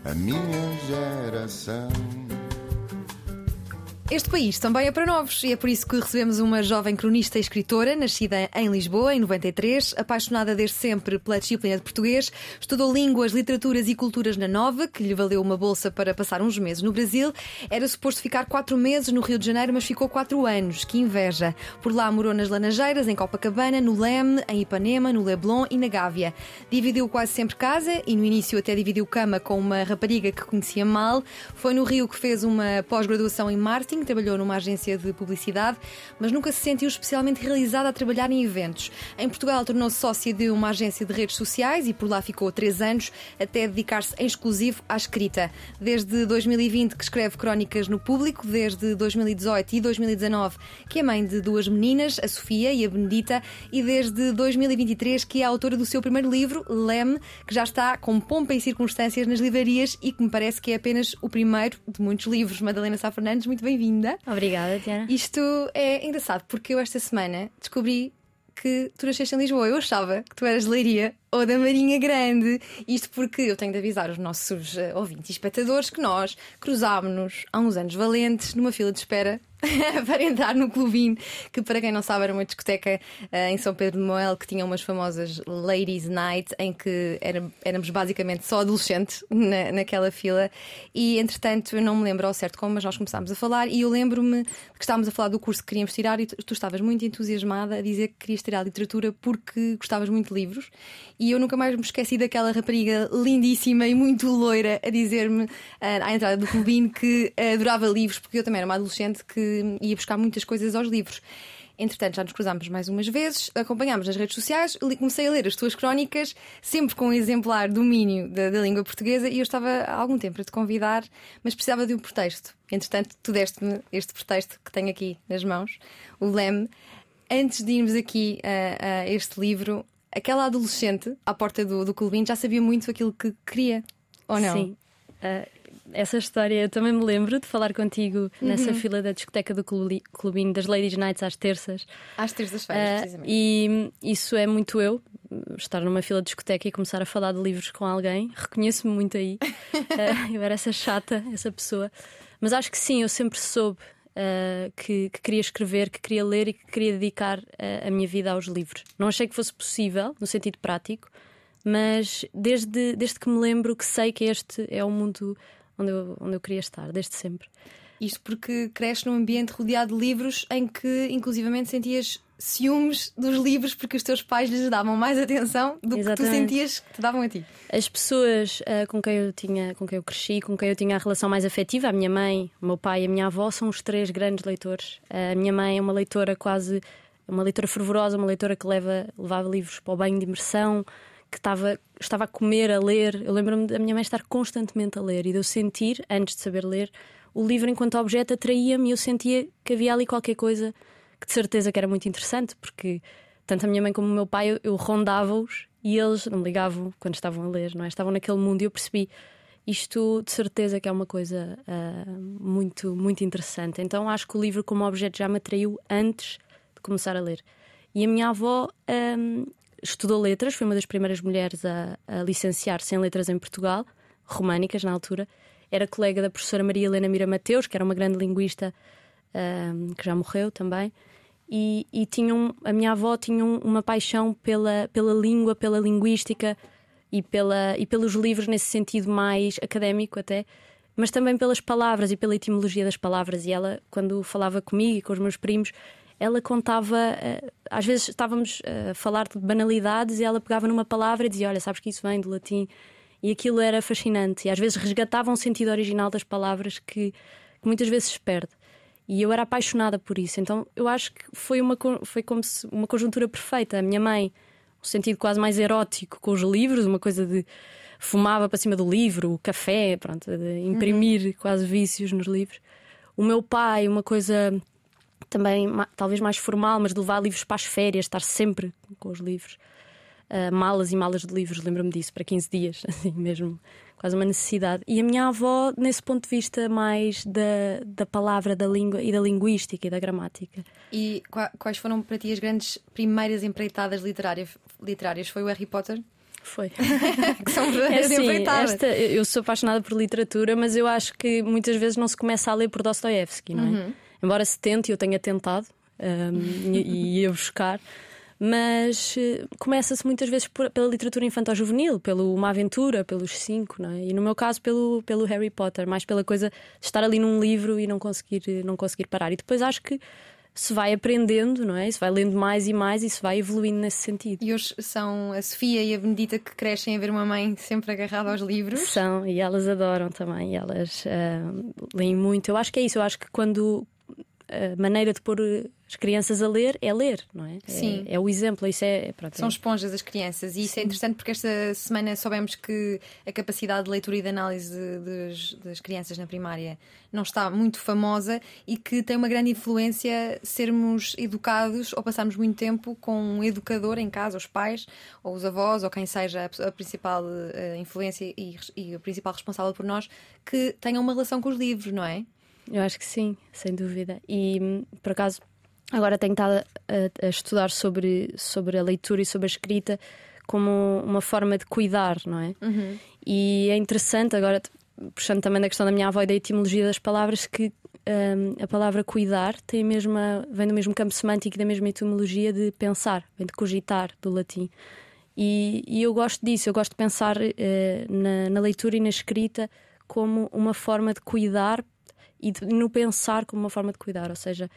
a minha geração. Este país também é para novos e é por isso que recebemos uma jovem cronista e escritora, nascida em Lisboa, em 93, apaixonada desde sempre pela disciplina de português, estudou línguas, literaturas e culturas na Nova, que lhe valeu uma bolsa para passar uns meses no Brasil. Era suposto ficar 4 meses no Rio de Janeiro, mas ficou 4 anos. Que inveja! Por lá morou nas Laranjeiras, em Copacabana, no Leme, em Ipanema, no Leblon e na Gávea. Dividiu quase sempre casa e no início até dividiu cama com uma rapariga que conhecia mal. Foi no Rio que fez uma pós-graduação em marketing, trabalhou numa agência de publicidade, mas nunca se sentiu especialmente realizada a trabalhar em eventos. Em Portugal tornou-se sócia de uma agência de redes sociais e por lá ficou 3 anos, até dedicar-se em exclusivo à escrita. Desde 2020 que escreve crónicas no Público, desde 2018 e 2019 que é mãe de 2 meninas, a Sofia e a Benedita, e desde 2023 que é autora do seu primeiro livro, Leme, que já está com pompa e circunstâncias nas livrarias e que me parece que é apenas o primeiro de muitos livros. Madalena Sá Fernandes, muito bem-vinda. Obrigada, Tiana. Isto é engraçado porque eu esta semana descobri que tu nasceste em Lisboa. Eu achava que tu eras de Leiria ou da Marinha Grande. Isto porque eu tenho de avisar os nossos ouvintes e espectadores que nós cruzámos-nos há uns anos valentes numa fila de espera para entrar no Clubinho, que para quem não sabe era uma discoteca em São Pedro de Moel que tinha umas famosas Ladies Night, em que éramos basicamente só adolescentes naquela fila. E entretanto eu não me lembro ao certo como, mas nós começámos a falar e eu lembro-me que estávamos a falar do curso que queríamos tirar e tu estavas muito entusiasmada a dizer que querias tirar literatura porque gostavas muito de livros. E eu nunca mais me esqueci daquela rapariga lindíssima e muito loira a dizer-me à entrada do Clubinho que adorava livros, porque eu também era uma adolescente que ia buscar muitas coisas aos livros. Entretanto, já nos cruzámos mais umas vezes, acompanhámos nas redes sociais, comecei a ler as tuas crónicas, sempre com um exemplar domínio da língua portuguesa, e eu estava há algum tempo a te convidar, mas precisava de um pretexto. Entretanto, tu deste-me este pretexto que tenho aqui nas mãos, o Leme. Antes de irmos aqui a este livro, aquela adolescente à porta do Clubinho já sabia muito aquilo que queria, ou não? Sim. Essa história eu também me lembro de falar contigo nessa fila da discoteca do Clubinho, das Ladies Nights às terças. Às terças-feiras, precisamente. E isso é muito eu, estar numa fila de discoteca e começar a falar de livros com alguém. Reconheço-me muito aí. Eu era essa chata, essa pessoa. Mas acho que sim, eu sempre soube que queria escrever, que queria ler e que queria dedicar a minha vida aos livros. Não achei que fosse possível, no sentido prático, mas desde que me lembro que sei que este é o mundo onde eu queria estar, desde sempre. Isto porque cresces num ambiente rodeado de livros em que inclusivamente sentias ciúmes dos livros porque os teus pais lhes davam mais atenção do que tu sentias que te davam a ti. As pessoas com quem eu cresci, com quem eu tinha a relação mais afetiva, a minha mãe, o meu pai e a minha avó, são os 3 grandes leitores. A minha mãe é uma leitora uma leitora fervorosa, uma leitora que levava livros para o banho de imersão, que estava a comer, a ler. Eu lembro-me da minha mãe estar constantemente a ler e de eu sentir, antes de saber ler, o livro enquanto objeto atraía-me e eu sentia que havia ali qualquer coisa que de certeza que era muito interessante, porque tanto a minha mãe como o meu pai, eu rondava-os e eles não me ligavam quando estavam a ler, não é? Estavam naquele mundo e eu percebi isto de certeza que é uma coisa muito, muito interessante. Então acho que o livro como objeto já me atraiu antes de começar a ler. E a minha avó estudou letras, foi uma das primeiras mulheres a licenciar-se em letras em Portugal, românicas na altura. Era colega da professora Maria Helena Mira Mateus, que era uma grande linguista que já morreu também. E a minha avó tinha uma paixão pela língua, pela linguística e pelos livros nesse sentido mais académico até, mas também pelas palavras e pela etimologia das palavras. E ela, quando falava comigo e com os meus primos, ela contava, às vezes estávamos a falar de banalidades e ela pegava numa palavra e dizia: olha, sabes que isso vem do latim? E aquilo era fascinante. E às vezes resgatava um sentido original das palavras que muitas vezes se perde. E eu era apaixonada por isso. Então eu acho que foi como se uma conjuntura perfeita. A minha mãe, um sentido quase mais erótico com os livros, uma coisa de fumava para cima do livro, o café, pronto, de imprimir quase vícios nos livros. O meu pai, uma coisa também talvez mais formal, mas de levar livros para as férias, estar sempre com os livros, malas e malas de livros, lembro-me disso, para 15 dias, assim mesmo, quase uma necessidade. E a minha avó, nesse ponto de vista mais da palavra, da língua e da linguística e da gramática. E quais foram para ti as grandes primeiras empreitadas literárias? Foi o Harry Potter? Foi. Que são É verdadeiras assim, empreitadas. eu sou apaixonada por literatura, mas eu acho que muitas vezes não se começa a ler por Dostoiévski, não é? Embora se tente, eu tenha tentado e ia buscar, mas começa-se muitas vezes pela literatura infantil-juvenil, pelo Uma Aventura, pelos 5, não é? E no meu caso pelo Harry Potter, mais pela coisa de estar ali num livro e não conseguir parar. E depois acho que se vai aprendendo, não é? Se vai lendo mais e mais e se vai evoluindo nesse sentido. E hoje são a Sofia e a Benedita que crescem a ver uma mãe sempre agarrada aos livros. São, e elas adoram também, elas leem muito. Eu acho que é isso, eu acho que quando a maneira de pôr as crianças a ler, não é? Sim. É o exemplo, isso pronto, São esponjas as crianças e isso é interessante porque esta semana soubemos que a capacidade de leitura e de análise das crianças na primária não está muito famosa e que tem uma grande influência sermos educados ou passarmos muito tempo com um educador em casa, os pais ou os avós ou quem seja a principal influência e a principal responsável por nós, que tenham uma relação com os livros, não é? Eu acho que sim, sem dúvida. E por acaso agora tenho estado a estudar sobre a leitura e sobre a escrita como uma forma de cuidar, não é? E é interessante, agora puxando também da questão da minha avó e da etimologia das palavras, que a palavra cuidar vem do mesmo campo semântico e da mesma etimologia de pensar, vem de cogitar, do latim. E eu gosto disso, eu gosto de pensar na leitura e na escrita como uma forma de cuidar e no pensar como uma forma de cuidar, ou seja,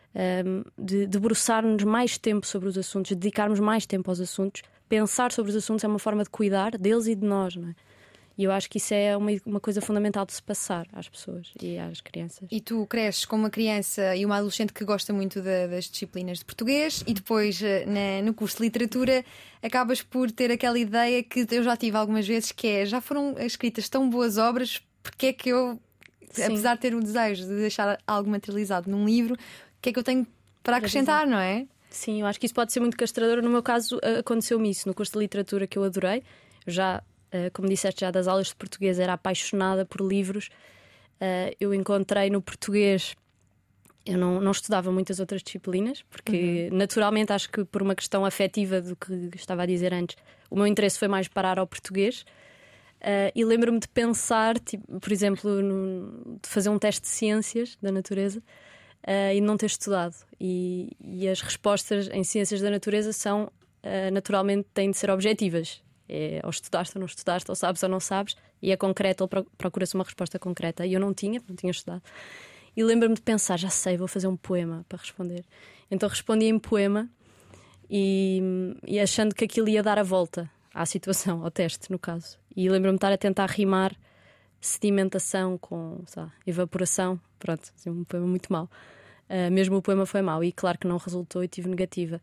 de debruçar-nos mais tempo sobre os assuntos, de dedicarmos mais tempo aos assuntos. Pensar sobre os assuntos é uma forma de cuidar deles e de nós, não é? E eu acho que isso é uma coisa fundamental de se passar às pessoas e às crianças. E tu cresces com uma criança e uma adolescente que gosta muito das disciplinas de português e depois no curso de literatura acabas por ter aquela ideia que eu já tive algumas vezes, que é: já foram escritas tão boas obras, porque é que eu, apesar de ter o desejo de deixar algo materializado num livro, o que é que eu tenho para acrescentar, não é? Sim, eu acho que isso pode ser muito castrador. No meu caso, aconteceu-me isso no curso de literatura, que eu adorei. Eu já, como disseste, já das aulas de português era apaixonada por livros. Eu encontrei no português, eu não estudava muitas outras disciplinas, porque naturalmente acho que por uma questão afetiva do que estava a dizer antes, o meu interesse foi mais parar ao português. E lembro-me de pensar, tipo, por exemplo, de fazer um teste de ciências da natureza e não ter estudado. E as respostas em ciências da natureza são, naturalmente, têm de ser objetivas. Ou estudaste ou não estudaste, ou sabes ou não sabes, e é concreto, ou procura-se uma resposta concreta. E eu não tinha estudado. E lembro-me de pensar: já sei, vou fazer um poema para responder. Então respondi em poema e achando que aquilo ia dar a volta à situação, ao teste, no caso. E lembro-me de estar a tentar rimar sedimentação com, evaporação. Pronto, assim, um poema muito mau. Mesmo o poema foi mau e claro que não resultou e tive negativa.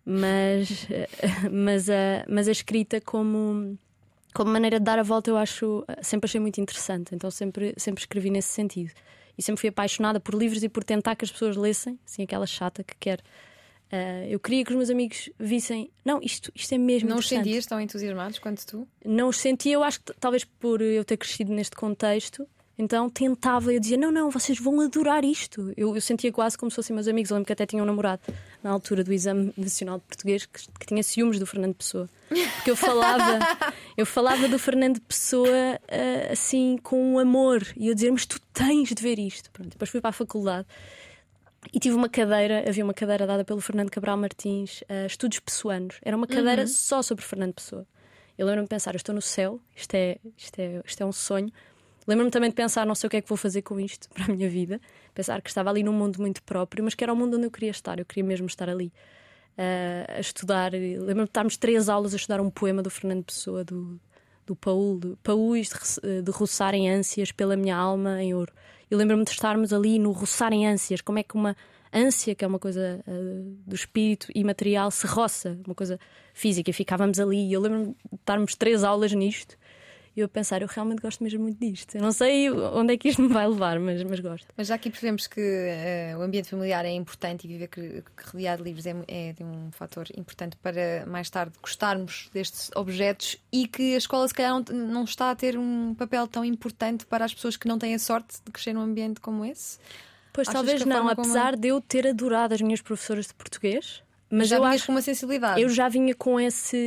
Mas a escrita como maneira de dar a volta, eu sempre achei muito interessante. Então sempre escrevi nesse sentido. E sempre fui apaixonada por livros e por tentar que as pessoas lessem, assim, aquela chata que quer. Eu queria que os meus amigos vissem: não, isto é mesmo não interessante. Não os sentias tão entusiasmados quanto tu? Não os sentia, eu acho que talvez por eu ter crescido neste contexto. Então tentava, eu dizia: não, vocês vão adorar isto. Eu sentia quase como se fossem meus amigos. Eu lembro que até tinha um namorado na altura do Exame Nacional de Português que tinha ciúmes do Fernando Pessoa, porque eu falava do Fernando Pessoa assim com um amor, e eu dizia: mas tu tens de ver isto. Pronto, depois fui para a faculdade e tive havia uma cadeira dada pelo Fernando Cabral Martins, Estudos Pessoanos. Era uma cadeira só sobre Fernando Pessoa. Eu lembro-me de pensar: eu estou no céu, isto é um sonho. Lembro-me também de pensar: não sei o que é que vou fazer com isto para a minha vida. Pensar que estava ali num mundo muito próprio, mas que era o mundo onde eu queria estar. Eu queria mesmo estar ali a estudar. Lembro-me de estarmos 3 aulas a estudar um poema do Fernando Pessoa, do Paús, de roçar em ânsias pela minha alma em ouro. Eu lembro-me de estarmos ali no roçar em ânsias. Como é que uma ânsia, que é uma coisa do espírito imaterial, se roça, uma coisa física, e ficávamos ali. E eu lembro-me de estarmos 3 aulas nisto. E eu a pensar: eu realmente gosto mesmo muito disto. Eu não sei onde é que isto me vai levar, mas gosto. Mas já aqui percebemos que o ambiente familiar é importante e viver que rodeado de livros é um fator importante para mais tarde gostarmos destes objetos, e que a escola se calhar não está a ter um papel tão importante para as pessoas que não têm a sorte de crescer num ambiente como esse. Pois Achas talvez que a não, forma apesar de eu ter adorado as minhas professoras de português. Mas já eu vinhas acho com uma sensibilidade. eu já vinha com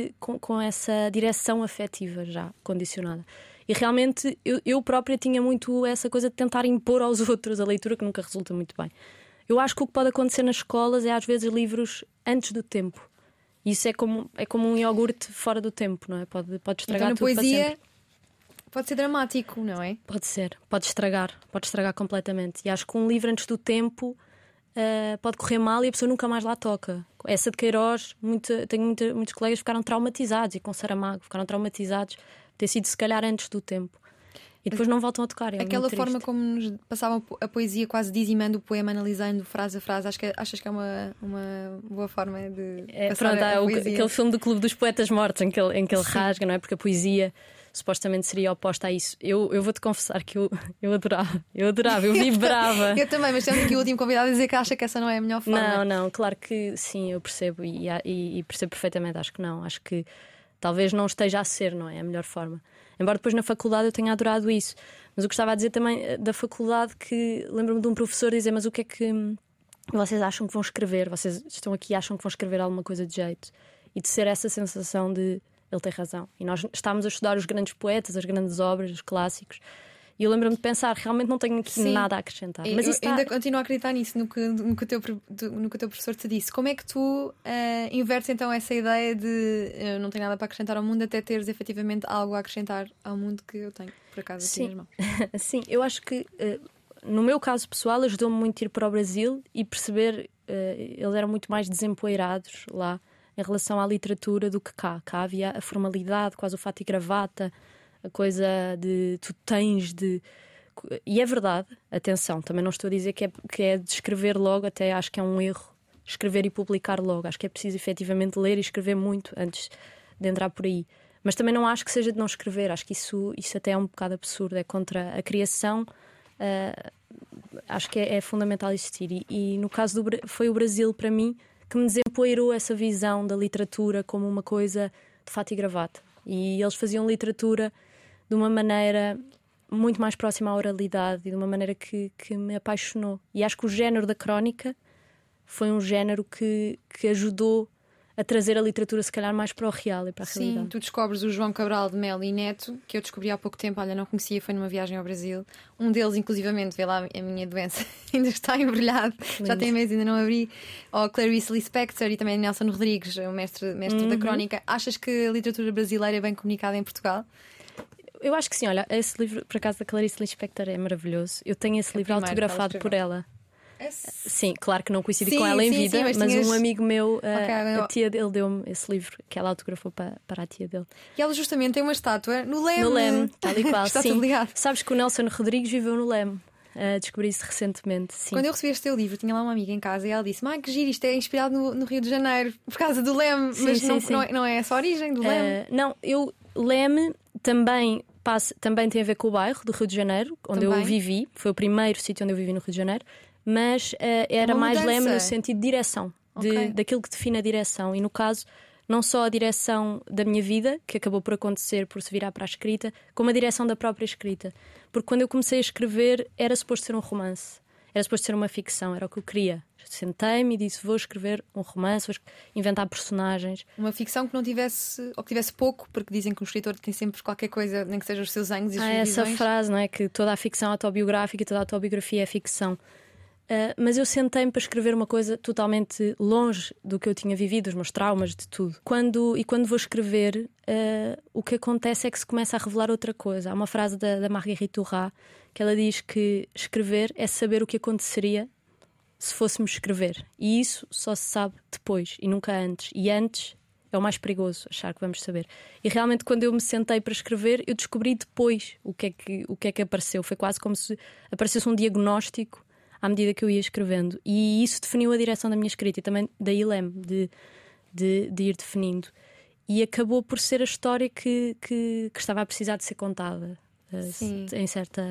essa direção afetiva já condicionada. E realmente eu própria tinha muito essa coisa de tentar impor aos outros a leitura, que nunca resulta muito bem. Eu acho que o que pode acontecer nas escolas é às vezes livros antes do tempo. Isso é como um iogurte fora do tempo, não é? Pode estragar então, na tudo para poesia sempre. pode ser dramático, não é? Pode ser, pode estragar completamente. E acho que um livro antes do tempo pode correr mal e a pessoa nunca mais lá toca. Essa de Queiroz, tenho muitos colegas que ficaram traumatizados, e com Saramago ficaram traumatizados de ter sido se calhar antes do tempo. E depois não voltam a tocar. Aquela muito forma triste. como nos passavam a poesia, quase dizimando o poema, analisando frase a frase, achas que é uma boa forma de passar a poesia? Aquele filme do Clube dos Poetas Mortos em que ele rasga, não é? Porque a poesia supostamente seria oposta a isso. Eu vou-te confessar que eu adorava, eu vibrava. Eu também, mas temos aqui o último convidado a dizer que acha que essa não é a melhor forma. Não, claro que sim, eu percebo e percebo perfeitamente. Acho que não, acho que talvez não esteja a ser, não é? A melhor forma. Embora depois na faculdade eu tenha adorado isso. Mas eu gostava de dizer também da faculdade que lembro-me de um professor dizer: mas o que é que vocês acham que vão escrever? Vocês estão aqui e acham que vão escrever alguma coisa de jeito? E de ser essa sensação de ele tem razão. E nós estávamos a estudar os grandes poetas, as grandes obras, os clássicos. E eu lembro-me de pensar, realmente não tenho aqui nada a acrescentar. Mas eu ainda continuo a acreditar nisso, no que o teu professor te disse. Como é que tu invertes então essa ideia de eu não tenho nada para acrescentar ao mundo, até teres efetivamente algo a acrescentar ao mundo que eu tenho, por acaso, aqui nas mãos? Sim, eu acho que no meu caso pessoal ajudou-me muito a ir para o Brasil e perceber eles eram muito mais desempoeirados lá em relação à literatura do que cá. Cá havia a formalidade, quase o fato e gravata, a coisa de tu tens de... E é verdade, atenção, também não estou a dizer que é de escrever logo, até acho que é um erro escrever e publicar logo. Acho que é preciso efetivamente ler e escrever muito antes de entrar por aí. Mas também não acho que seja de não escrever, acho que isso até é um bocado absurdo, é contra a criação. Acho que é fundamental existir. E no caso foi o Brasil, para mim, que me desempoeirou essa visão da literatura como uma coisa de fato e gravata. E eles faziam literatura de uma maneira muito mais próxima à oralidade e de uma maneira que me apaixonou. E acho que o género da crónica foi um género que ajudou a trazer a literatura se calhar mais para o real e para a realidade. Sim, tu descobres o João Cabral de Melo e Neto, que eu descobri há pouco tempo, olha, não conhecia, foi numa viagem ao Brasil. Um deles, inclusivamente, vê lá a minha doença, ainda está embrulhado, já tem meses, ainda não abri. Ou Clarice Lispector e também Nelson Rodrigues, o mestre da crónica. Achas que a literatura brasileira é bem comunicada em Portugal? Eu acho que sim, olha, esse livro, por acaso, da Clarice Lispector é maravilhoso. Eu tenho esse livro autografado por ela. Sim, claro que não coincidi com ela em vida, mas um amigo meu, a tia dele, deu-me esse livro que ela autografou para a tia dele. E ela justamente tem uma estátua no Leme. No Leme, tal e qual. Está sim. tudo ligado. Sabes que o Nelson Rodrigues viveu no Leme. Descobri isso recentemente. Sim. Quando eu recebi este teu livro, tinha lá uma amiga em casa e ela disse: que giro, isto é inspirado no Rio de Janeiro, por causa do Leme. Sim, mas sim, não é essa a origem do Leme. Não, Leme também tem a ver com o bairro do Rio de Janeiro, onde eu vivi. Foi o primeiro sítio onde eu vivi no Rio de Janeiro. Mas era mais Leme no sentido de direção, daquilo que define a direção. E no caso, não só a direção da minha vida, que acabou por acontecer por se virar para a escrita, como a direção da própria escrita. Porque quando eu comecei a escrever, era suposto ser um romance, era suposto ser uma ficção, era o que eu queria. Sentei-me e disse: vou escrever um romance, vou inventar personagens. Uma ficção que não tivesse, ou que tivesse pouco, porque dizem que um escritor tem sempre qualquer coisa, nem que seja os seus anos e as suas essa visões. frase, não é? Que toda a ficção autobiográfica e toda a autobiografia é ficção. Mas eu sentei-me para escrever uma coisa totalmente longe do que eu tinha vivido, os meus traumas, de tudo. Quando vou escrever, o que acontece é que se começa a revelar outra coisa. Há uma frase da Marguerite Duras que ela diz que escrever é saber o que aconteceria se fôssemos escrever. E isso só se sabe depois e nunca antes. E antes é o mais perigoso, achar que vamos saber. E realmente, quando eu me sentei para escrever, eu descobri depois o que é que apareceu. Foi quase como se aparecesse um diagnóstico à medida que eu ia escrevendo. E isso definiu a direção da minha escrita e também daí lembro de ir definindo. E acabou por ser a história que estava a precisar de ser contada, em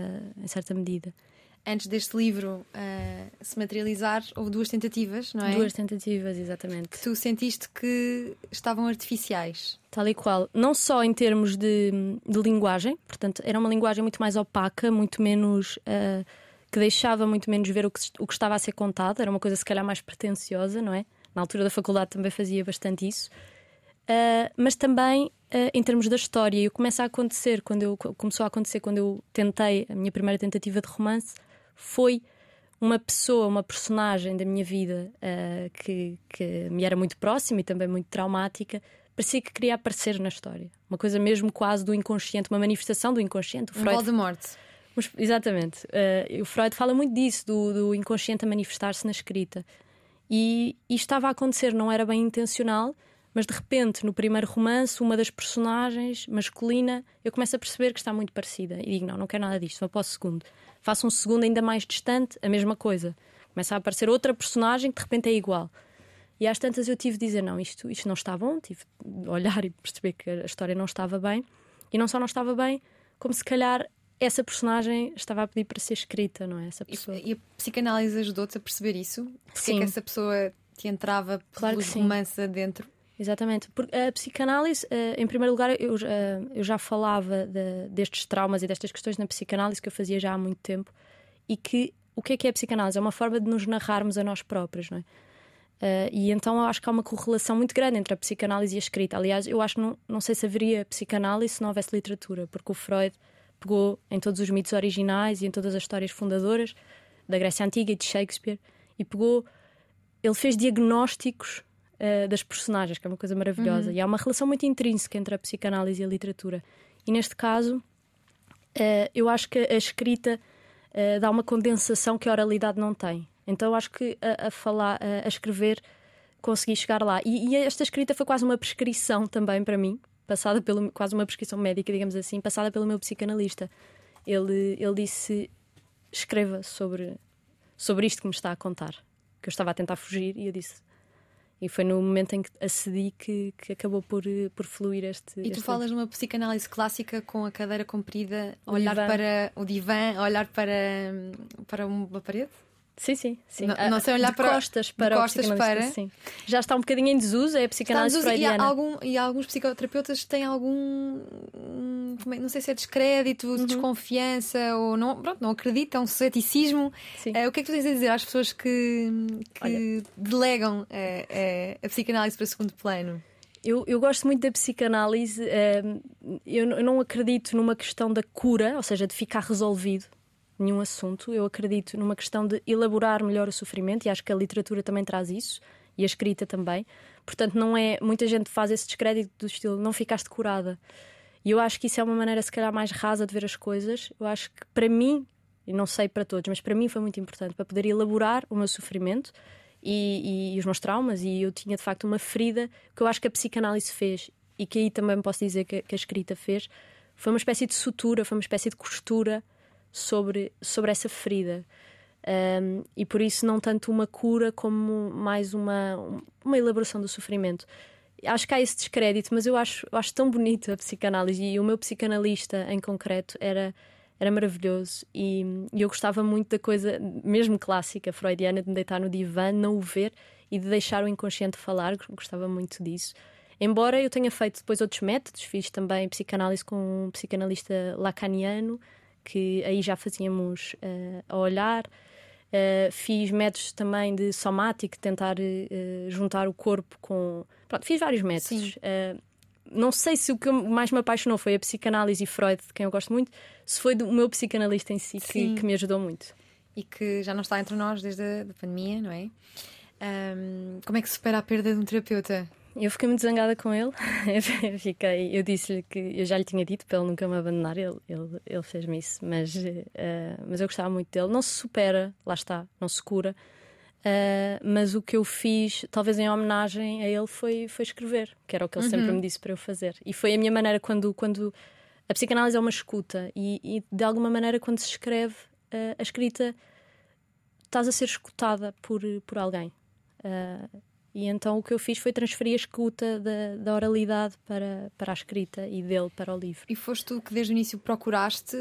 certa medida. Antes deste livro se materializar, houve 2 tentativas, não é? 2 tentativas, exatamente. Que tu sentiste que estavam artificiais. Tal e qual. Não só em termos de linguagem, portanto, era uma linguagem muito mais opaca, muito menos... que deixava muito menos ver o que estava a ser contado. Era uma coisa se calhar mais pretenciosa, não é? Na altura da faculdade também fazia bastante isso. Mas também em termos da história, e começou a acontecer quando eu tentei a minha primeira tentativa de romance, foi uma pessoa, uma personagem da minha vida que me era muito próxima e também muito traumática. Parecia que queria aparecer na história, uma coisa mesmo quase do inconsciente, uma manifestação do inconsciente. Voldemort. Exatamente. O Freud fala muito disso, do inconsciente a manifestar-se na escrita. E estava a acontecer, não era bem intencional, mas de repente, no primeiro romance, uma das personagens masculina, eu começo a perceber que está muito parecida. E digo, não quero nada disto, vou para o segundo. Faço um segundo ainda mais distante, a mesma coisa. Começa a aparecer outra personagem que de repente é igual. E às tantas eu tive de dizer, não, isto não está bom. Tive de olhar e perceber que a história não estava bem. E não só não estava bem, como se calhar essa personagem estava a pedir para ser escrita, não é? Essa pessoa. E a psicanálise ajudou-te a perceber isso? Porque Sim. é que essa pessoa te entrava pelos romances adentro? Exatamente. Porque a psicanálise, em primeiro lugar, eu já falava destes traumas e destas questões na psicanálise que eu fazia já há muito tempo. E que o que é a psicanálise? É uma forma de nos narrarmos a nós próprios, não é? E então eu acho que há uma correlação muito grande entre a psicanálise e a escrita. Aliás, eu acho que não sei se haveria psicanálise se não houvesse literatura, porque o Freud pegou em todos os mitos originais e em todas as histórias fundadoras da Grécia Antiga e de Shakespeare e ele fez diagnósticos das personagens, que é uma coisa maravilhosa. E há uma relação muito intrínseca entre a psicanálise e a literatura. E neste caso, eu acho que a escrita dá uma condensação que a oralidade não tem. Então eu acho que a escrever consegui chegar lá. E esta escrita foi quase uma prescrição também para mim, quase uma prescrição médica, digamos assim, passada pelo meu psicanalista. Ele disse, escreva sobre isto que me está a contar, que eu estava a tentar fugir, e eu disse... E foi no momento em que acedi que acabou por fluir este... E tu falas numa psicanálise clássica com a cadeira comprida, a O olhar divã. para o divã, a olhar para uma parede? Sim. Não sei olhar de para costas para de costas o psicanalista, para... sim. Já está um bocadinho em desuso, é a psicanálise freudiana. E alguns psicoterapeutas têm não sei se é descrédito, desconfiança ou não, pronto, não acreditam, ceticismo. O que é que tu tens a dizer às pessoas que delegam a psicanálise para segundo plano? Eu gosto muito da psicanálise. Eu não acredito numa questão da cura, ou seja, de ficar resolvido nenhum assunto. Eu acredito numa questão de elaborar melhor o sofrimento, e acho que a literatura também traz isso, e a escrita também. Portanto, não é... Muita gente faz esse descrédito do estilo, não ficaste curada. E eu acho que isso é uma maneira, se calhar, mais rasa de ver as coisas. Eu acho que, para mim, e não sei para todos, mas para mim foi muito importante, para poder elaborar o meu sofrimento e os meus traumas. E eu tinha, de facto, uma ferida que eu acho que a psicanálise fez, e que aí também posso dizer que a escrita fez. Foi uma espécie de sutura, foi uma espécie de costura sobre essa ferida. E por isso não tanto uma cura como mais uma elaboração do sofrimento. Acho que há esse descrédito, mas eu acho tão bonito a psicanálise, e o meu psicanalista em concreto era maravilhoso, e eu gostava muito da coisa mesmo clássica freudiana, de me deitar no divã, não o ver e de deixar o inconsciente falar. Gostava muito disso. Embora eu tenha feito depois outros métodos, fiz também psicanálise com um psicanalista lacaniano, que aí já fazíamos a olhar. Fiz métodos também de somático, tentar juntar o corpo com... Pronto, fiz vários métodos. Não sei se o que mais me apaixonou foi a psicanálise e Freud, de quem eu gosto muito, se foi do meu psicanalista em si que me ajudou muito. E que já não está entre nós desde a pandemia, não é? Como é que se supera a perda de um terapeuta? Eu fiquei muito zangada com ele. Eu disse-lhe que eu já lhe tinha dito para ele nunca me abandonar. Ele fez-me isso, mas eu gostava muito dele. Não se supera, lá está, não se cura. Mas o que eu fiz, talvez em homenagem a ele, foi escrever, que era o que ele sempre me disse para eu fazer. E foi a minha maneira, quando a psicanálise é uma escuta, e de alguma maneira, quando se escreve, a escrita, estás a ser escutada por alguém. E então o que eu fiz foi transferir a escuta da oralidade para a escrita, e dele para o livro. E foste tu que desde o início procuraste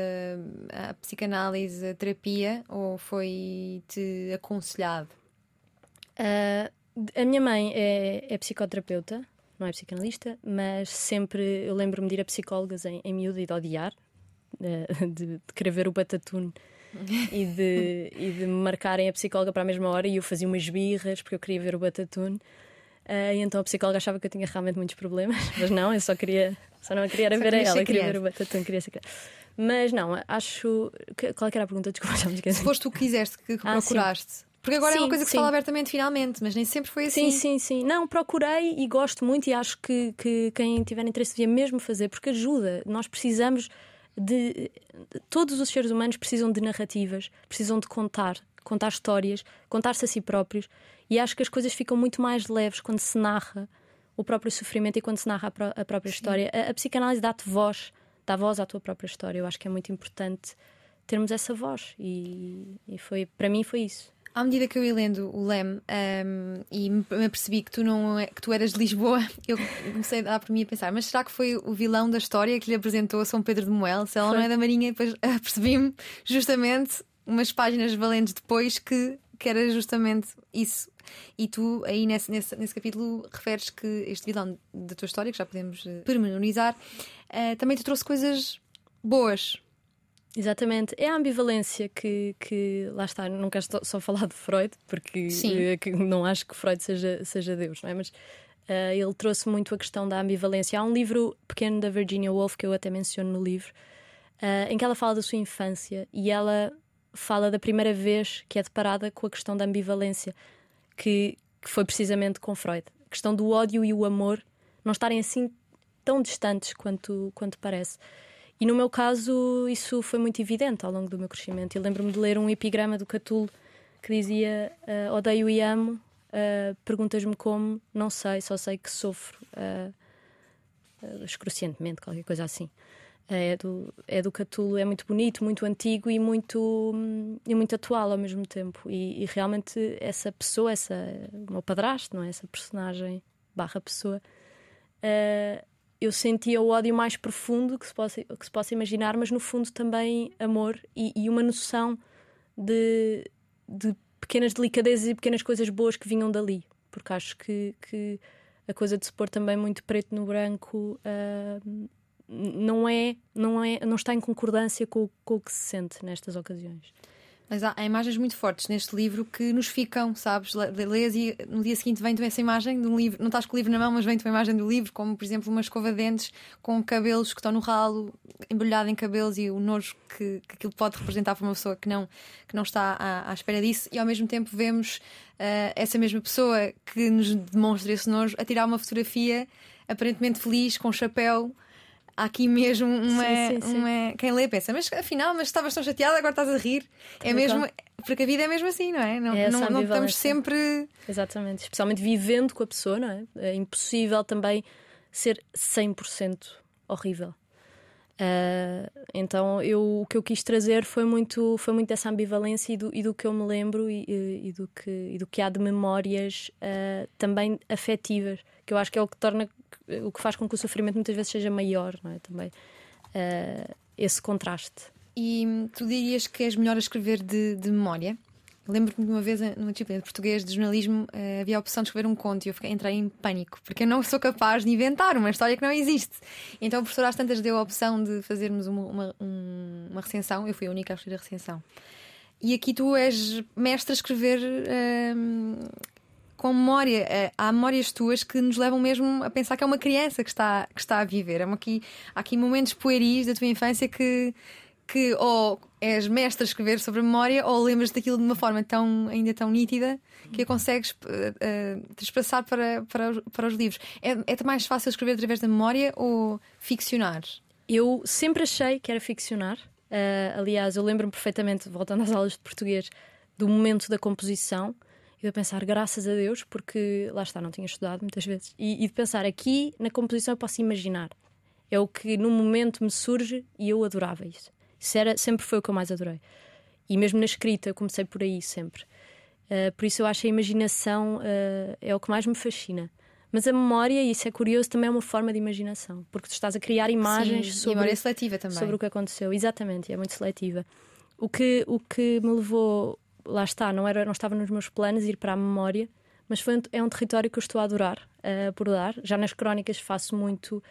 a psicanálise, a terapia, ou foi-te aconselhado? A minha mãe é psicoterapeuta, não é psicanalista, mas sempre eu lembro-me de ir a psicólogas em miúdo e de odiar, de querer ver o Batatune e de me marcarem a psicóloga para a mesma hora, e eu fazia umas birras porque eu queria ver o Batatune. E então a psicóloga achava que eu tinha realmente muitos problemas, mas não, eu só não queria era ver a ela, queria ver o Batatune, queria ser criança. Mas não, acho. Qual é que era a pergunta? Desculpa, já me esqueci. Se foste tu que quiseste, que procuraste. Sim. Porque agora é uma coisa que se fala abertamente, finalmente, mas nem sempre foi assim. Sim. Não, procurei e gosto muito, e acho que quem tiver interesse devia mesmo fazer, porque ajuda. Nós precisamos de. Todos os seres humanos precisam de narrativas, precisam de contar histórias, contar-se a si próprios, e acho que as coisas ficam muito mais leves quando se narra o próprio sofrimento e quando se narra a própria história. A psicanálise dá voz à tua própria história. Eu acho que é muito importante termos essa voz, e foi, para mim foi isso. À medida que eu ia lendo o Leme e me apercebi que tu eras de Lisboa, eu comecei a dar por mim a pensar, mas será que foi o vilão da história que lhe apresentou a São Pedro de Moel? Se ela não é da Marinha? E depois apercebi-me justamente umas páginas valentes depois que era justamente isso. E tu aí nesse capítulo referes que este vilão da tua história, que já podemos pormenorizar, também te trouxe coisas boas. Exatamente, é a ambivalência que lá está, não quero só falar de Freud, porque não acho que Freud seja Deus, não é? Mas ele trouxe muito a questão da ambivalência. Há um livro pequeno da Virginia Woolf que eu até menciono no livro, em que ela fala da sua infância, e ela fala da primeira vez que é deparada com a questão da ambivalência, que foi precisamente com Freud. A questão do ódio e o amor não estarem assim tão distantes quanto parece. E no meu caso isso foi muito evidente ao longo do meu crescimento. Eu lembro-me de ler um epigrama do Catulo que dizia: odeio e amo, perguntas-me como, não sei, só sei que sofro excruciantemente, qualquer coisa assim. É do Catulo, é muito bonito, muito antigo e muito atual ao mesmo tempo. E realmente essa pessoa, o meu padrasto, não é? Essa personagem / pessoa, eu sentia o ódio mais profundo que se possa imaginar, mas no fundo também amor e uma noção de pequenas delicadezas e pequenas coisas boas que vinham dali. Porque acho que a coisa de se pôr também muito preto no branco não está em concordância com o que se sente nestas ocasiões. Mas há imagens muito fortes neste livro que nos ficam, sabes? Lês e no dia seguinte vem-te essa imagem de um livro. Não estás com o livro na mão, mas vem-te uma imagem do livro, como por exemplo uma escova de dentes com cabelos que estão no ralo, embrulhado em cabelos, e o nojo que aquilo pode representar para uma pessoa que não está à espera disso. E ao mesmo tempo vemos essa mesma pessoa que nos demonstra esse nojo a tirar uma fotografia aparentemente feliz, com um chapéu. Há aqui mesmo quem lê pensa, mas afinal, estavas tão chateada, agora estás a rir. É mesmo, porque a vida é mesmo assim, não é? Não estamos sempre. Exatamente, especialmente vivendo com a pessoa, não é? É impossível também ser 100% horrível. Então o que eu quis trazer foi muito dessa ambivalência e do que eu me lembro e do que há de memórias também afetivas, que eu acho que é o que faz com que o sofrimento muitas vezes seja maior, não é? Também esse contraste. E tu dirias que és melhor a escrever de memória? Lembro-me de uma vez, numa disciplina de português, de jornalismo, havia a opção de escrever um conto e eu entrei em pânico, porque eu não sou capaz de inventar uma história que não existe. Então o professor às tantas deu a opção de fazermos uma recensão. Eu fui a única a escrever a recensão. E aqui tu és mestre a escrever com memória. Há memórias tuas que nos levam mesmo a pensar que é uma criança que está a viver. Há aqui momentos pueris da tua infância que ou és mestre a escrever sobre a memória, ou lembras daquilo de uma forma ainda tão nítida que a consegues transpassar para os livros. É mais fácil escrever através da memória ou ficcionar? Eu sempre achei que era ficcionar. Aliás, eu lembro-me perfeitamente, voltando às aulas de português, do momento da composição e de pensar, graças a Deus, porque lá está, não tinha estudado muitas vezes, e de pensar, aqui na composição eu posso imaginar. É o que no momento me surge e eu adorava isso. Sempre foi o que eu mais adorei. E mesmo na escrita eu comecei por aí sempre. Por isso eu acho que a imaginação é o que mais me fascina. Mas a memória, e isso é curioso, também é uma forma de imaginação, porque tu estás a criar imagens sobre, e a memória é seletiva também. Sobre o que aconteceu. Exatamente, é muito seletiva. O que me levou, lá está, não estava nos meus planos ir para a memória, mas é um território que eu estou a adorar abordar. Já nas crónicas faço muito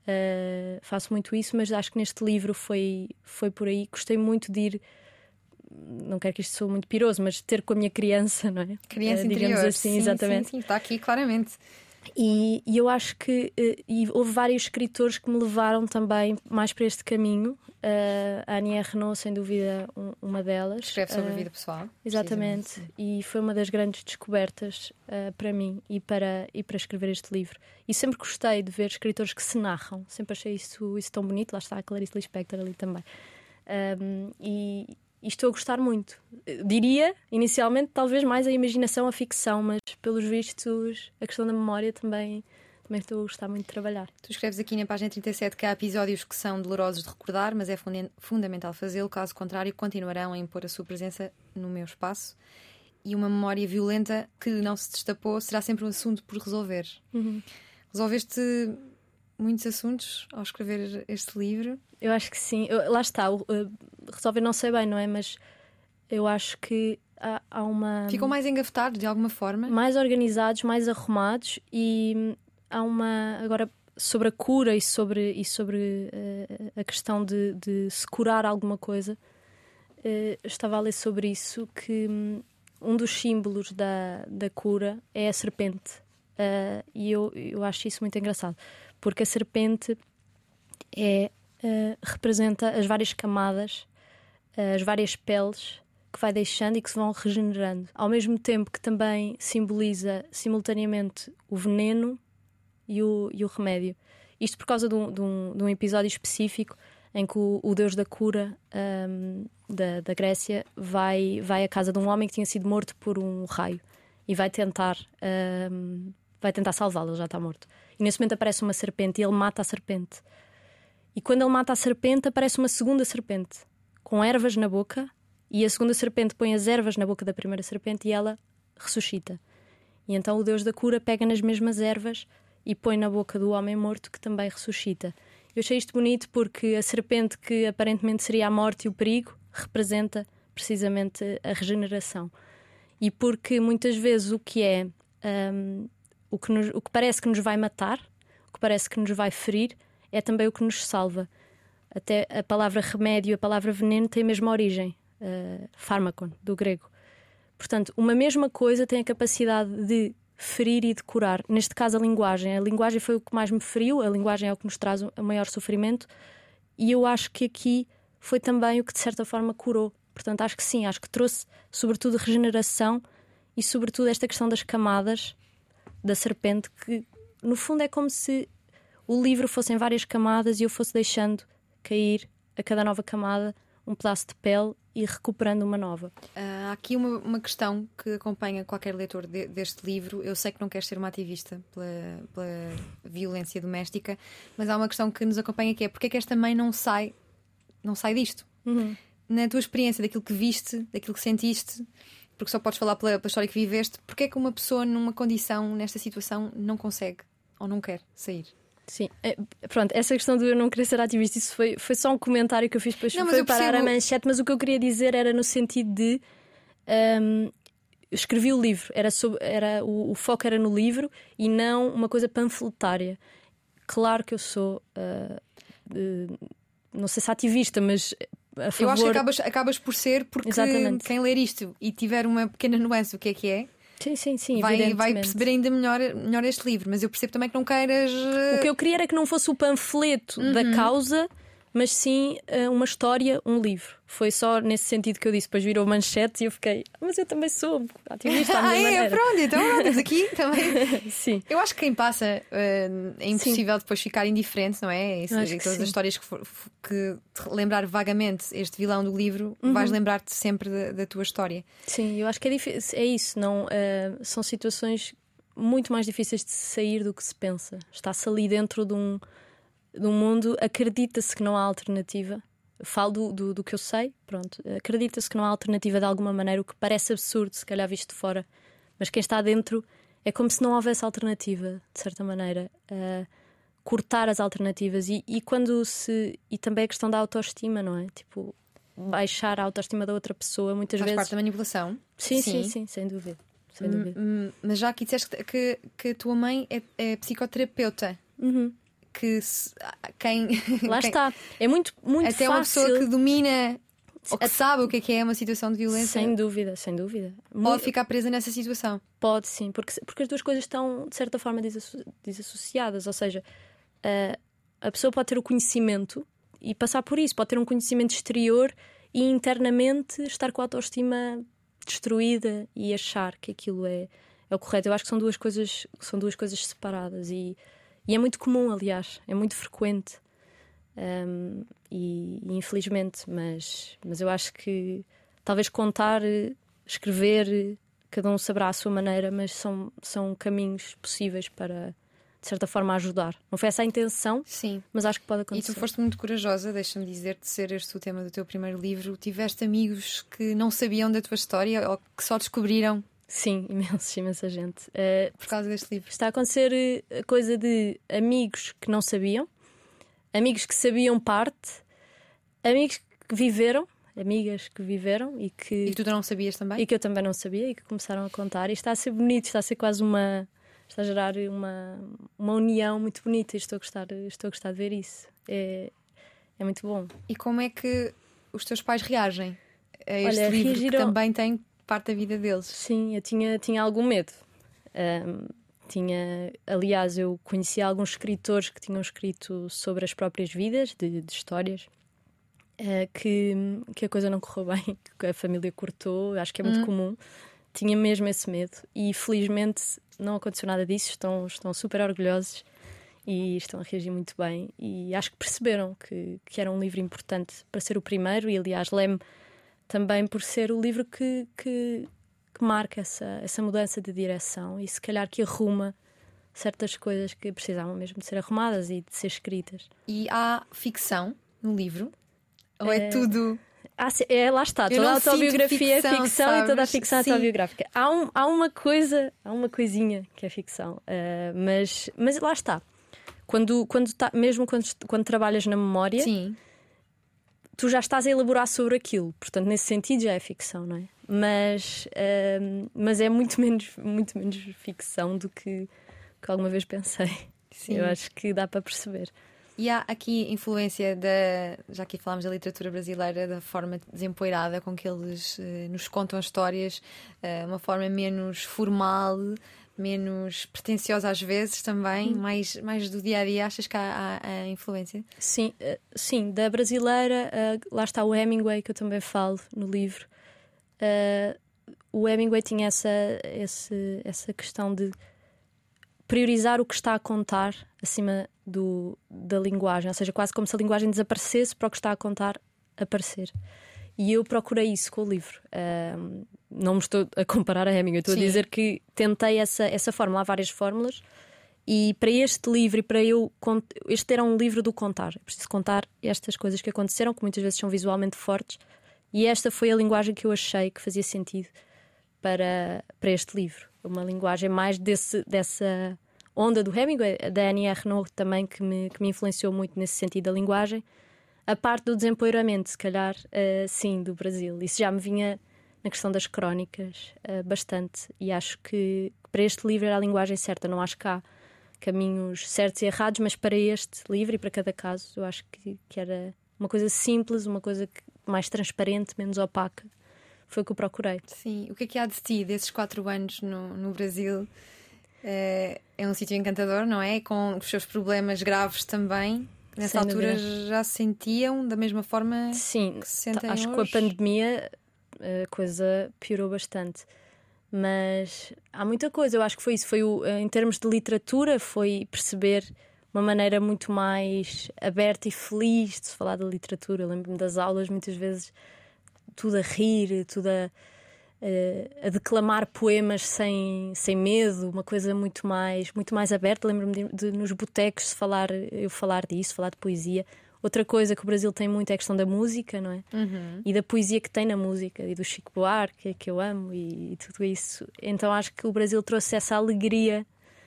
isso, mas acho que neste livro foi por aí. Gostei muito de ir não quero que isto soe muito piroso, mas ter com a minha criança, não é? Criança Digamos interior. assim, Sim, exatamente. Sim, está aqui claramente. E eu acho que e houve vários escritores que me levaram também mais para este caminho. A Annie Ernaux, sem dúvida, uma delas. Escreve sobre a vida pessoal. Exatamente. E foi uma das grandes descobertas para mim e para escrever este livro. E sempre gostei de ver escritores que se narram. Sempre achei isso tão bonito. Lá está a Clarice Lispector ali também. E estou a gostar muito. Diria, inicialmente, talvez mais a imaginação, a ficção, mas pelos vistos, a questão da memória também estou a gostar muito de trabalhar. Tu escreves aqui na página 37 que há episódios que são dolorosos de recordar, mas é fundamental fazê-lo, caso contrário, continuarão a impor a sua presença no meu espaço. E uma memória violenta que não se destapou será sempre um assunto por resolver. Resolveste muitos assuntos ao escrever este livro? Eu acho que sim. Lá está. Resolver não sei bem, não é? Mas eu acho que há uma... Ficam mais engavetados de alguma forma? Mais organizados, mais arrumados, e há uma... Agora, sobre a cura e sobre a questão de se curar alguma coisa, estava a ler sobre isso, que um dos símbolos da cura é a serpente. E eu acho isso muito engraçado, porque a serpente representa as várias camadas, as várias peles que vai deixando e que se vão regenerando, ao mesmo tempo que também simboliza simultaneamente o veneno e o remédio. Isto por causa de um episódio específico em que o deus da cura da Grécia vai à casa de um homem que tinha sido morto por um raio e vai tentar salvá-lo. Ele já está morto. E nesse momento aparece uma serpente e ele mata a serpente. E quando ele mata a serpente, aparece uma segunda serpente com ervas na boca, e a segunda serpente põe as ervas na boca da primeira serpente e ela ressuscita. E então o deus da cura pega nas mesmas ervas e põe na boca do homem morto, que também ressuscita. Eu achei isto bonito porque a serpente, que aparentemente seria a morte e o perigo, representa precisamente a regeneração. E porque muitas vezes o que parece que nos vai matar, o que parece que nos vai ferir, é também o que nos salva. Até a palavra remédio, a palavra veneno tem a mesma origem, fármakon, do grego. Portanto, uma mesma coisa tem a capacidade de ferir e de curar. Neste caso, a linguagem. A linguagem foi o que mais me feriu, a linguagem é o que nos traz o maior sofrimento, e eu acho que aqui foi também o que de certa forma curou. Portanto, acho que sim, acho que trouxe sobretudo regeneração e sobretudo esta questão das camadas da serpente, que no fundo é como se o livro fosse em várias camadas e eu fosse deixando cair a cada nova camada um pedaço de pele e recuperando uma nova. Há aqui uma questão que acompanha qualquer leitor deste livro. Eu sei que não queres ser uma ativista pela violência doméstica, mas há uma questão que nos acompanha, que é: porque é que esta mãe não sai disto? Na tua experiência, daquilo que viste, daquilo que sentiste, porque só podes falar pela história que viveste, porque é que uma pessoa numa condição, nesta situação, não consegue ou não quer sair? Sim, pronto, essa questão de eu não querer ser ativista, isso foi só um comentário que eu fiz, depois foi parar a manchete, mas o que eu queria dizer era no sentido de eu escrevi o livro, o foco era no livro e não uma coisa panfletária. Claro que eu sou não sei se ativista, mas a favor... Eu acho que acabas por ser, porque exatamente, quem ler isto e tiver uma pequena nuance do que é, sim, vai perceber ainda melhor este livro. Mas eu percebo também que não queiras... O que eu queria era que não fosse o panfleto da causa, mas sim uma história, um livro. Foi só nesse sentido que eu disse. Depois virou manchete e eu fiquei: mas eu também sou ativista à minha maneira. Pronto, então estamos aqui também. Sim. Eu acho que quem passa é impossível depois ficar indiferente, não é? Todas as histórias que te lembrar vagamente este vilão do livro, vais lembrar-te sempre da tua história. Sim, eu acho que é difícil. É isso, não, são situações muito mais difíceis de sair do que se pensa. Está-se ali dentro de um mundo, acredita-se que não há alternativa. Falo do que eu sei, pronto. Acredita-se que não há alternativa de alguma maneira, o que parece absurdo, se calhar visto de fora. Mas quem está dentro é como se não houvesse alternativa, de certa maneira. Cortar as alternativas e também a questão da autoestima, não é? Tipo, baixar a autoestima da outra pessoa, muitas vezes. Faz parte da manipulação. Sim, sem dúvida. Mas já aqui disseste que a tua mãe é psicoterapeuta. Lá está, é muito até fácil. Uma pessoa que domina Ou que sabe o que é uma situação de violência. Sem dúvida, sem dúvida. Pode ficar presa nessa situação. Pode, sim, porque as duas coisas estão, de certa forma, desassociadas. Ou seja, a pessoa pode ter o conhecimento e passar por isso, pode ter um conhecimento exterior e internamente estar com a autoestima destruída e achar que aquilo é o correto. Eu acho que são duas coisas separadas e é muito comum, aliás, é muito frequente. E infelizmente, mas eu acho que talvez contar, escrever, cada um saberá à sua maneira, mas são caminhos possíveis para, de certa forma, ajudar. Não foi essa a intenção, sim, mas acho que pode acontecer. E tu foste muito corajosa, deixa-me dizer-te, ser este o tema do teu primeiro livro. Tiveste amigos que não sabiam da tua história ou que só descobriram? Sim, imensa gente. Por causa deste livro. Está a acontecer a coisa de amigos que não sabiam, amigos que sabiam parte, amigos que viveram, amigas que viveram e que tu não sabias também? E que eu também não sabia e que começaram a contar. E está a ser bonito, está a ser quase está a gerar uma união muito bonita e estou a gostar de ver isso. É muito bom. E como é que os teus pais reagem a este Olha, livro reagiram... que também tem parte da vida deles? Sim, eu tinha algum medo. Aliás, eu conhecia alguns escritores que tinham escrito sobre as próprias vidas, de histórias, que a coisa não correu bem, que a família cortou, acho que é muito comum. Tinha mesmo esse medo e felizmente não aconteceu nada disso, estão super orgulhosos e estão a reagir muito bem e acho que perceberam que era um livro importante para ser o primeiro e aliás Leme também por ser o livro que marca essa mudança de direção e se calhar que arruma certas coisas que precisavam mesmo de ser arrumadas e de ser escritas. E há ficção no livro? Ou é tudo... lá está, toda a autobiografia é ficção sabes? E toda a ficção é Sim. autobiográfica. Há uma coisinha que é ficção, mas lá está. Quando trabalhas na memória, sim, tu já estás a elaborar sobre aquilo, portanto, nesse sentido já é ficção, não é? Mas é muito menos ficção do que alguma vez pensei. sim. Eu acho que dá para perceber. E há aqui influência já que falámos da literatura brasileira, da forma desempoeirada com que eles nos contam as histórias, uma forma menos formal, menos pretensiosa às vezes também, mais do dia a dia. Achas que há influência? Sim, da brasileira, lá está o Hemingway, que eu também falo no livro. O Hemingway tinha essa questão de priorizar o que está a contar acima da linguagem, ou seja, quase como se a linguagem desaparecesse para o que está a contar aparecer. E eu procurei isso com o livro. Não me estou a comparar a Hemingway, estou a dizer que tentei essa fórmula. Há várias fórmulas e para este livro e para este era um livro do contar. Eu preciso contar estas coisas que aconteceram, que muitas vezes são visualmente fortes, e esta foi a linguagem que eu achei que fazia sentido para este livro. Uma linguagem mais dessa onda do Hemingway, da Annie Ernaux também, que me influenciou muito nesse sentido da linguagem. A parte do desempoeiramento, se calhar, sim, do Brasil. Isso já me vinha na questão das crónicas bastante. E acho que para este livro era a linguagem certa. Não acho que há caminhos certos e errados, mas para este livro e para cada caso, eu acho que era uma coisa simples, uma coisa mais transparente, menos opaca. Foi o que eu procurei. Sim. O que há de ti desses 4 anos no Brasil? É um sítio encantador, não é? Com os seus problemas graves também. Nessa altura já se sentiam da mesma forma? Sim, que se sentem acho hoje? que com a pandemia a coisa piorou bastante. Mas há muita coisa. Eu acho que foi isso. Em termos de literatura, foi perceber uma maneira muito mais aberta e feliz de se falar da literatura. Eu lembro-me das aulas, muitas vezes, tudo a rir, tudo a declamar poemas sem medo, uma coisa muito mais aberta. Lembro-me de nos botecos falar disso, falar de poesia. Outra coisa que o Brasil tem muito é a questão da música, não é? E da poesia que tem na música, e do Chico Buarque, que eu amo, e tudo isso. Então acho que o Brasil trouxe essa alegria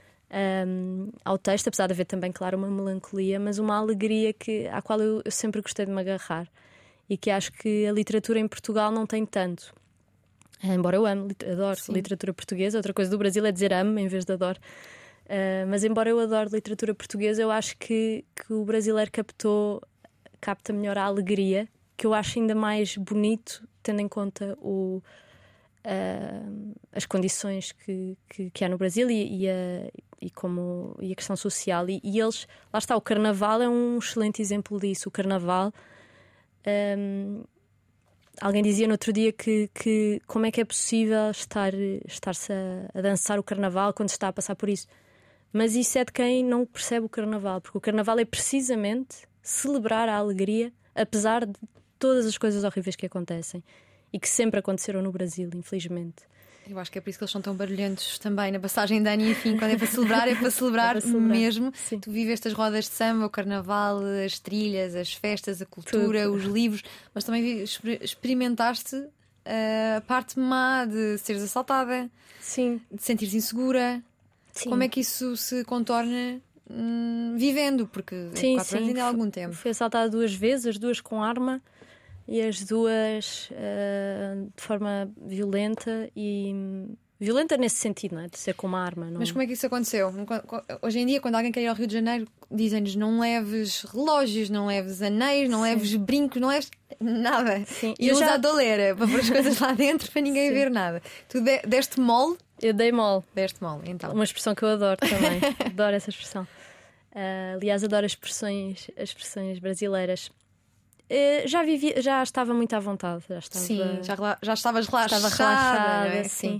ao texto, apesar de haver também, claro, uma melancolia, mas uma alegria à qual eu sempre gostei de me agarrar, e que acho que a literatura em Portugal não tem tanto. Embora eu adoro literatura portuguesa. Outra coisa do Brasil é dizer amo em vez de adoro. Mas embora eu adore literatura portuguesa, eu acho que o brasileiro capta melhor a alegria que eu acho ainda mais bonito, tendo em conta as condições que há no Brasil e a questão social. E eles, lá está, o Carnaval é um excelente exemplo disso. O Carnaval, alguém dizia no outro dia que como é que é possível estar-se a dançar o Carnaval quando se está a passar por isso. Mas isso é de quem não percebe o Carnaval, porque o Carnaval é precisamente celebrar a alegria, apesar de todas as coisas horríveis que acontecem e que sempre aconteceram no Brasil, infelizmente. Eu acho que é por isso que eles são tão barulhentos também na passagem de ano e enfim, quando é para celebrar, é para celebrar, mesmo. Sim. Tu viveste as rodas de samba, o carnaval, as trilhas, as festas, a cultura, Tudo. os livros, mas também experimentaste a parte má de seres assaltada, Sim. de sentires insegura. Sim. Como é que isso se contorna vivendo? Porque 4 anos ainda é algum tempo. Fui assaltada 2 vezes, as 2 com arma e as 2 de forma violenta e violenta nesse sentido, não é? De ser com uma arma. Não... Mas como é que isso aconteceu? Hoje em dia, quando alguém quer ir ao Rio de Janeiro, dizem-nos não leves relógios, não leves anéis, não leves brincos, não leves nada. Sim. E usa a doleira para pôr as coisas lá dentro para ninguém ver nada. Tu deste mole? Eu dei mole. Deste mole, então. Uma expressão que eu adoro também. Adoro essa expressão. Aliás, adoro as expressões brasileiras. Já estava muito à vontade. Sim, já estavas relaxada. Estava relaxada, não é? sim.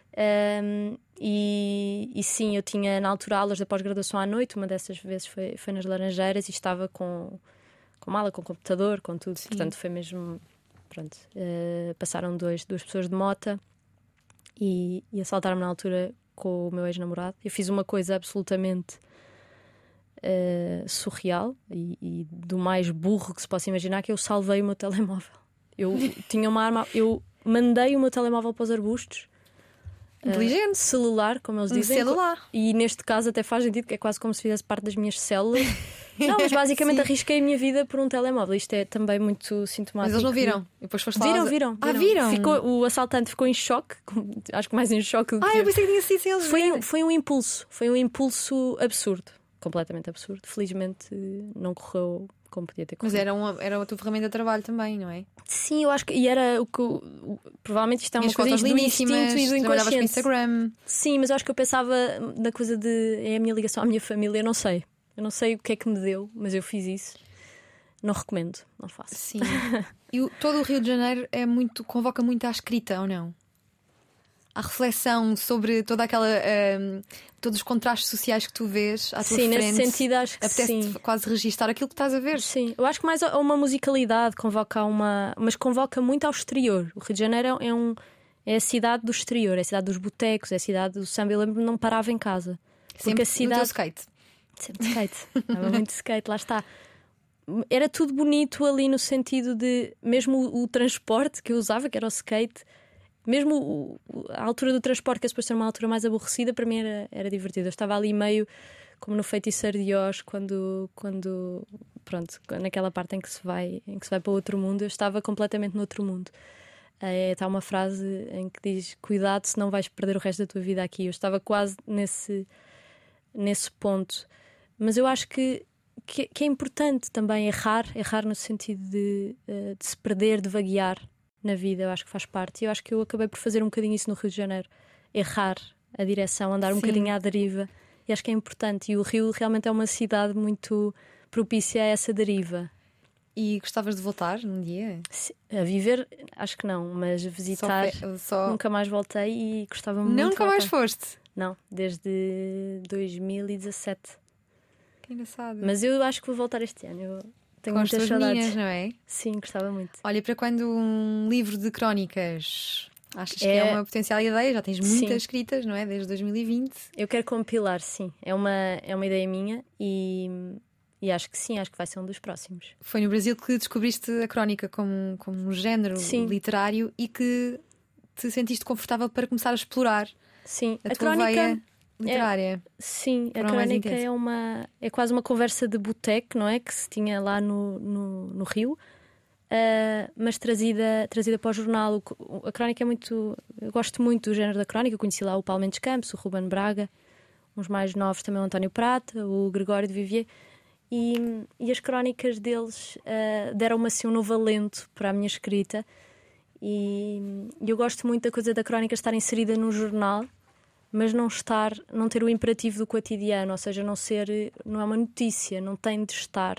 E sim, eu tinha na altura aulas da pós-graduação à noite. Uma dessas vezes foi nas Laranjeiras e estava com mala, com computador, com tudo. Sim. Portanto, foi mesmo. Pronto, passaram duas pessoas de mota e assaltaram-me na altura com o meu ex-namorado. Eu fiz uma coisa absolutamente surreal e do mais burro que se possa imaginar, que eu salvei o meu telemóvel. Eu tinha uma arma, eu mandei o meu telemóvel para os arbustos. Inteligente. Celular, como eles dizem. Celular. E neste caso até faz sentido, que é quase como se fizesse parte das minhas células. Não, mas basicamente Sim. arrisquei a minha vida por um telemóvel. Isto é também muito sintomático. Mas eles não viram. E depois foste lá. Viram. Ah, viram? O assaltante ficou em choque. Acho que mais em choque do que eu pensei que tinha sido sem eles verem. foi um impulso. Foi um impulso absurdo. Completamente absurdo. Felizmente não correu como podia ter corrido. Mas era a tua ferramenta de trabalho também, não é? Sim, eu acho que. E era o que. Provavelmente isto é uma coisa do instinto e do trabalhavas com inconsciente. Instagram. Sim, mas eu acho que eu pensava na coisa de. É a minha ligação à minha família. Eu não sei o que é que me deu, mas eu fiz isso. Não recomendo, não faço. Sim. E todo o Rio de Janeiro convoca muito à escrita, ou não? À reflexão sobre toda aquela todos os contrastes sociais que tu vês à tua frente. Sim, nesse sentido acho que apetece-te sim. quase registar aquilo que estás a ver. Sim, eu acho que mais a uma musicalidade convoca mas convoca muito ao exterior. O Rio de Janeiro é a cidade do exterior, é a cidade dos botecos, é a cidade do samba. Eu lembro-me, não parava em casa. Sempre no teu skate. Sempre de skate. Estava muito de skate, lá está. Era tudo bonito ali no sentido de, mesmo o transporte que eu usava, que era o skate, mesmo a altura do transporte, que é suposto ser uma altura mais aborrecida, para mim era divertido. Eu estava ali meio como no Feiticeiro de Oz, quando pronto, naquela parte em que se vai para outro mundo, eu estava completamente no outro mundo. Está uma frase em que diz: cuidado, se não vais perder o resto da tua vida aqui. Eu estava quase nesse ponto. Mas eu acho que é importante também errar no sentido de se perder, de vaguear na vida. Eu acho que faz parte. E eu acho que eu acabei por fazer um bocadinho isso no Rio de Janeiro. Errar a direção, andar um bocadinho à deriva. E acho que é importante. E o Rio realmente é uma cidade muito propícia a essa deriva. E gostavas de voltar um dia? A viver, acho que não. Mas a visitar, nunca mais voltei e gostava muito de voltar. Nunca mais foste? Não, desde 2017. Que engraçado. Mas eu acho que vou voltar este ano. Eu tenho com as muitas tuas saudades. meninas, não é? Sim, gostava muito. Olha, para quando um livro de crónicas? Achas que é uma potencial ideia? Já tens muitas escritas, não é? Desde 2020. Eu quero compilar, sim. É uma ideia minha e acho que sim, acho que vai ser um dos próximos. Foi no Brasil que descobriste a crónica como um género literário e que te sentiste confortável para começar a explorar a tua veia literária. Sim, a crónica é quase uma conversa de boteco, não é? Que se tinha lá no Rio. Mas trazida para o jornal. A crónica é muito. Eu gosto muito do género da crónica. Eu conheci lá o Paulo Mendes Campos, o Ruben Braga, uns mais novos também, o António Prata, o Gregório de Vivier. e as crónicas deles deram-me assim um novo alento para a minha escrita. E eu gosto muito da coisa da crónica estar inserida num jornal, mas não ter o imperativo do cotidiano, ou seja, não é uma notícia, não tem de estar.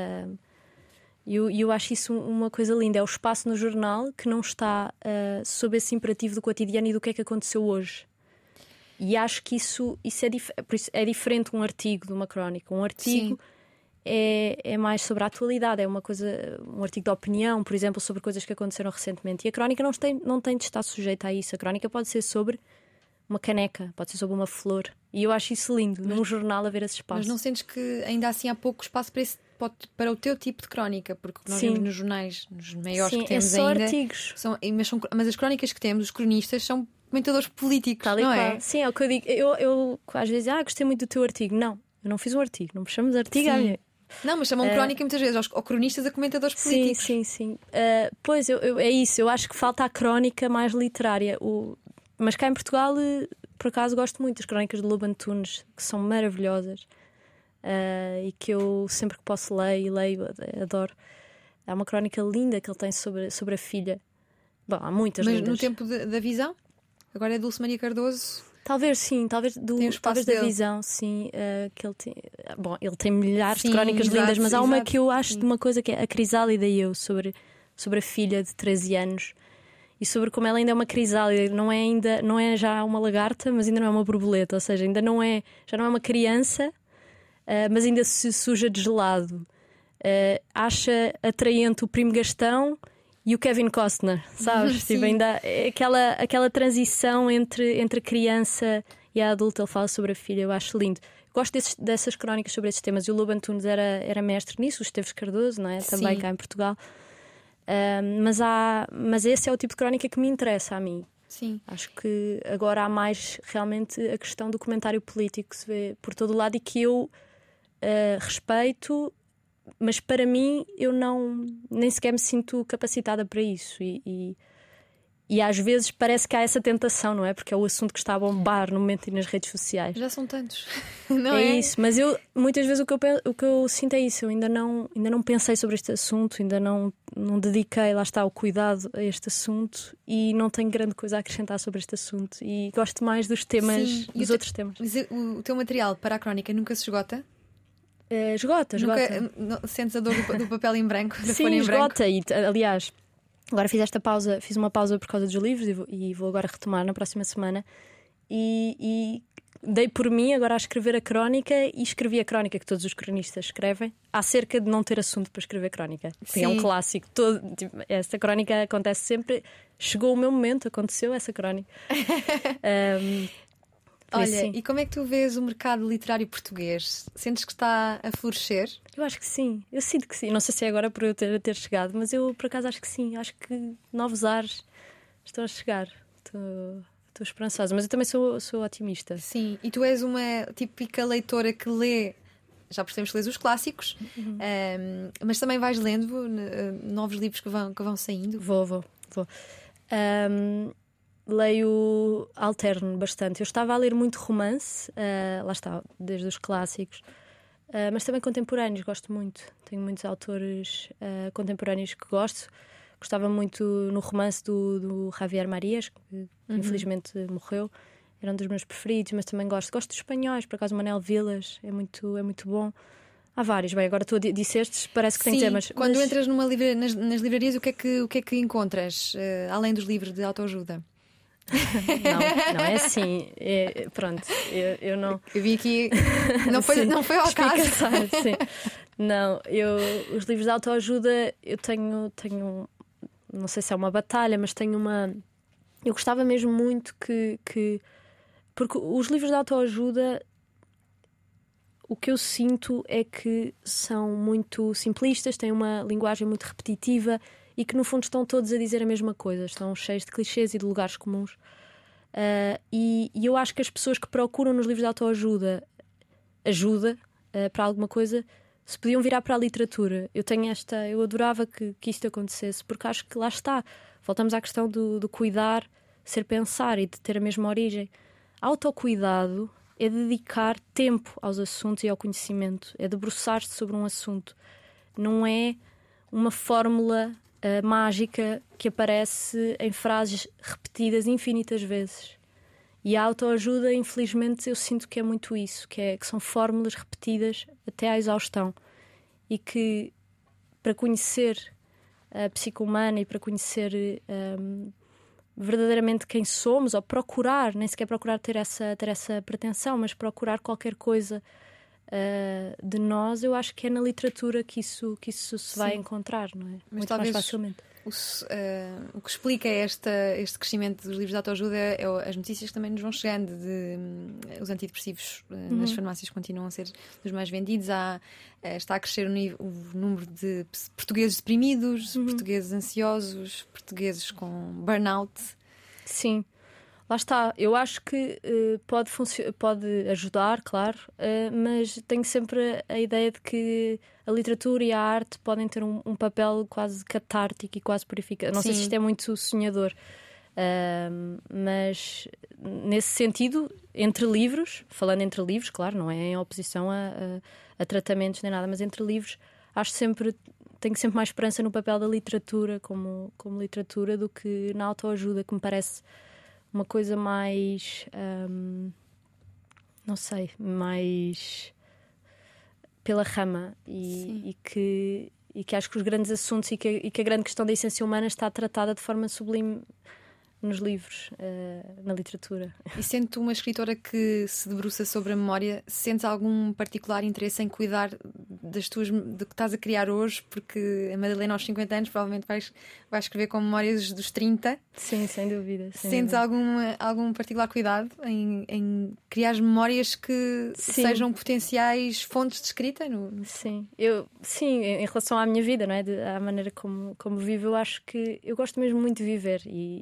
E eu acho isso uma coisa linda. É o espaço no jornal que não está sob esse imperativo do cotidiano e do que é que aconteceu hoje. E acho que isso por isso é diferente um artigo de uma crónica. Um artigo é mais sobre a atualidade, é um artigo de opinião, por exemplo, sobre coisas que aconteceram recentemente. E a crónica não tem de estar sujeita a isso. A crónica pode ser sobre uma caneca, pode ser sobre uma flor. E eu acho isso lindo, num jornal haver esse espaço. Mas não sentes que ainda assim há pouco espaço para o teu tipo de crónica? Porque nós vemos nos jornais, nos maiores que temos só ainda, artigos. Mas as crónicas que temos, os cronistas, são comentadores políticos, não é? Sim, é o que eu digo. Eu às vezes gostei muito do teu artigo. Não, eu não fiz um artigo, não me chamamos de artigo. Não, mas chamam crónica muitas vezes ou cronistas a comentadores políticos. Sim. Pois, é isso. Eu acho que falta a crónica mais literária. Mas cá em Portugal, por acaso, gosto muito das crónicas de Lobo Antunes, que são maravilhosas. E que eu sempre que posso leio, adoro. Há uma crónica linda que ele tem sobre a filha. Bom, há muitas lindas. Mas no tempo da Visão? Agora é Dulce Maria Cardoso? Talvez sim, talvez da Visão, sim. Que ele tem... Bom, ele tem milhares de crónicas lindas, mas há uma que eu acho de uma coisa que é A Crisálida e Eu, sobre a filha de 13 anos. E sobre como ela ainda é uma crisálida, não é já uma lagarta, mas ainda não é uma borboleta, ou seja, já não é uma criança, mas ainda se suja de gelado. Acha atraente o Primo Gastão e o Kevin Costner, sabes? Tipo, ainda é aquela transição entre a criança e a adulta. Ele fala sobre a filha, eu acho lindo. Gosto dessas crónicas sobre esses temas. E o Lobo Antunes era mestre nisso, o Esteves Cardoso, não é? Também cá em Portugal. Mas esse é o tipo de crónica que me interessa a mim. Sim. Acho que agora há mais realmente a questão do comentário político que se vê por todo o lado e que eu respeito, mas para mim eu nem sequer me sinto capacitada para isso. E às vezes parece que há essa tentação, não é? Porque é o assunto que está a bombar no momento e nas redes sociais. Já são tantos, não é? É isso, mas muitas vezes o que eu sinto é isso. Eu ainda não pensei sobre este assunto, ainda não dediquei, lá está, o cuidado a este assunto e não tenho grande coisa a acrescentar sobre este assunto. E gosto mais dos temas, dos outros temas. Mas o teu material para a crónica nunca se esgota? Esgota. Sentes a dor do papel em branco? Sim, esgota. E, aliás, agora fiz uma pausa por causa dos livros e vou agora retomar na próxima semana. E dei por mim agora a escrever a crónica e escrevi a crónica que todos os cronistas escrevem acerca de não ter assunto para escrever crónica. É um clássico. Esta crónica acontece sempre. Chegou o meu momento, aconteceu essa crónica. Olha, e como é que tu vês o mercado literário português? Sentes que está a florescer? Eu acho que sim, eu sinto que sim. Não sei se é agora por eu ter chegado, mas eu por acaso acho que sim. Acho que novos ares estão a chegar. Estou esperançosa, mas eu também sou otimista. Sim, e tu és uma típica leitora que lê, já percebemos que lês os clássicos, mas também vais lendo novos livros que vão saindo? Vou. Leio, alterno bastante. Eu estava a ler muito romance, lá está, desde os clássicos, mas também contemporâneos, gosto muito. Tenho muitos autores contemporâneos que gosto. Gostava muito no romance do Javier Marias, que infelizmente morreu. Era um dos meus preferidos, mas também gosto dos espanhóis, por acaso Manel Vilas é muito bom. Há vários. Bem, agora tu dissestes, parece que tem temas. Quando entras nas livrarias, o que é que encontras, além dos livros de autoajuda? Não é assim. Pronto, eu não. Eu vi aqui. Não foi ao acaso. Sim. Não, os livros de autoajuda eu tenho. Não sei se é uma batalha, mas tenho uma. Eu gostava mesmo muito que. Porque os livros de autoajuda, o que eu sinto é que são muito simplistas, têm uma linguagem muito repetitiva e que no fundo estão todos a dizer a mesma coisa, estão cheios de clichês e de lugares comuns. E eu acho que as pessoas que procuram nos livros de autoajuda ajuda para alguma coisa se podiam virar para a literatura. Eu adorava que isto acontecesse, porque acho que lá está, voltamos à questão do cuidar, ser pensar e de ter a mesma origem. Autocuidado é dedicar tempo aos assuntos e ao conhecimento, é debruçar-se sobre um assunto. Não é uma fórmula mágica que aparece em frases repetidas infinitas vezes. E a autoajuda, infelizmente, eu sinto que é muito isso, que são fórmulas repetidas até à exaustão. E que, para conhecer a psique humana e para conhecer verdadeiramente quem somos, ou procurar, nem sequer procurar ter essa pretensão, mas procurar qualquer coisa de nós, eu acho que é na literatura que isso se vai encontrar, não é? Mas muito talvez mais facilmente. O que explica este crescimento dos livros de autoajuda é as notícias que também nos vão chegando de os antidepressivos nas farmácias continuam a ser dos mais vendidos. Está a crescer o número de portugueses deprimidos, portugueses ansiosos, portugueses com burnout. Sim. Lá está, eu acho que pode ajudar, claro, mas tenho sempre a ideia de que a literatura e a arte podem ter um papel quase catártico e quase purificador. Não sei se isto é muito sonhador, mas nesse sentido, falando entre livros, claro, não é em oposição a tratamentos nem nada, mas entre livros, tenho sempre mais esperança no papel da literatura como literatura do que na autoajuda, que me parece uma coisa mais não sei, mais pela rama e que acho que os grandes assuntos e que a grande questão da essência humana está tratada de forma sublime nos livros, na literatura. E sendo tu uma escritora que se debruça sobre a memória, sentes algum particular interesse em cuidar do que estás a criar hoje? Porque a Madalena aos 50 anos provavelmente vai escrever com memórias dos 30. Sim, sem dúvida. Sentes algum particular cuidado em criar memórias que sejam potenciais fontes de escrita? Sim, em relação à minha vida, não é? À maneira como vivo, eu acho que eu gosto mesmo muito de viver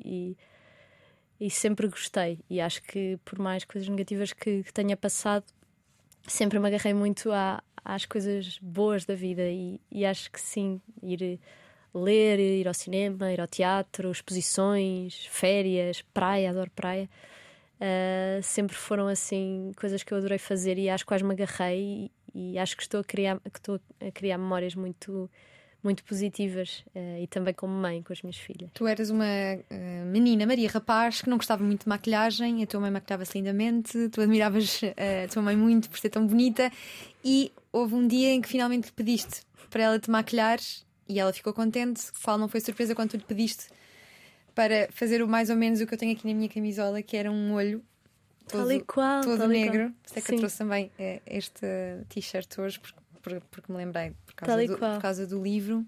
e sempre gostei. E acho que por mais coisas negativas que tenha passado, sempre me agarrei muito às coisas boas da vida e acho que sim, ir ler, ir ao cinema, ir ao teatro, exposições, férias, praia, adoro praia. Sempre foram assim coisas que eu adorei fazer e às quais me agarrei e acho que estou a criar memórias muito, muito positivas e também como mãe com as minhas filhas. Tu eras uma menina, Maria Rapaz, que não gostava muito de maquilhagem, a tua mãe maquilhava-se lindamente, tu admiravas a tua mãe muito por ser tão bonita e houve um dia em que finalmente lhe pediste para ela te maquilhar e ela ficou contente. Qual não foi surpresa quando tu lhe pediste para fazer mais ou menos o que eu tenho aqui na minha camisola, que era um olho todo negro. Sei que eu trouxe também este t-shirt hoje porque me lembrei por causa do livro.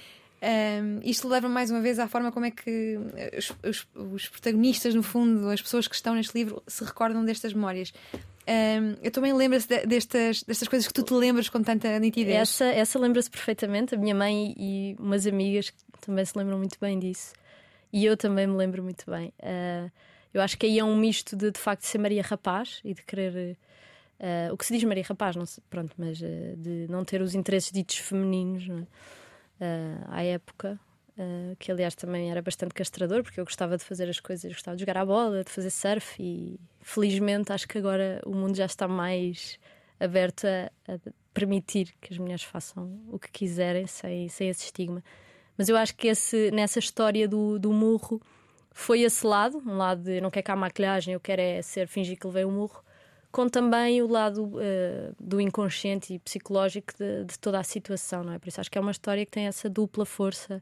Isto leva mais uma vez à forma como é que os protagonistas, no fundo, as pessoas que estão neste livro, se recordam destas memórias. Eu também lembro-se destas coisas que tu te lembras com tanta nitidez. Essa lembra-se perfeitamente. A minha mãe e umas amigas também se lembram muito bem disso. E eu também me lembro muito bem. Eu acho que aí é um misto de facto ser Maria Rapaz e de querer o que se diz Maria Rapaz, não sei, pronto, mas de não ter os interesses ditos femininos, não é? À época, que aliás também era bastante castrador, porque eu gostava de fazer as coisas, gostava de jogar à bola, de fazer surf e felizmente acho que agora o mundo já está mais aberto a permitir que as mulheres façam o que quiserem sem esse estigma. Mas eu acho que nessa história do murro foi esse lado, um lado de não quero cá maquilhagem, eu quero fingir que levei o murro, com também o lado do inconsciente e psicológico de toda a situação, não é? Por isso acho que é uma história que tem essa dupla força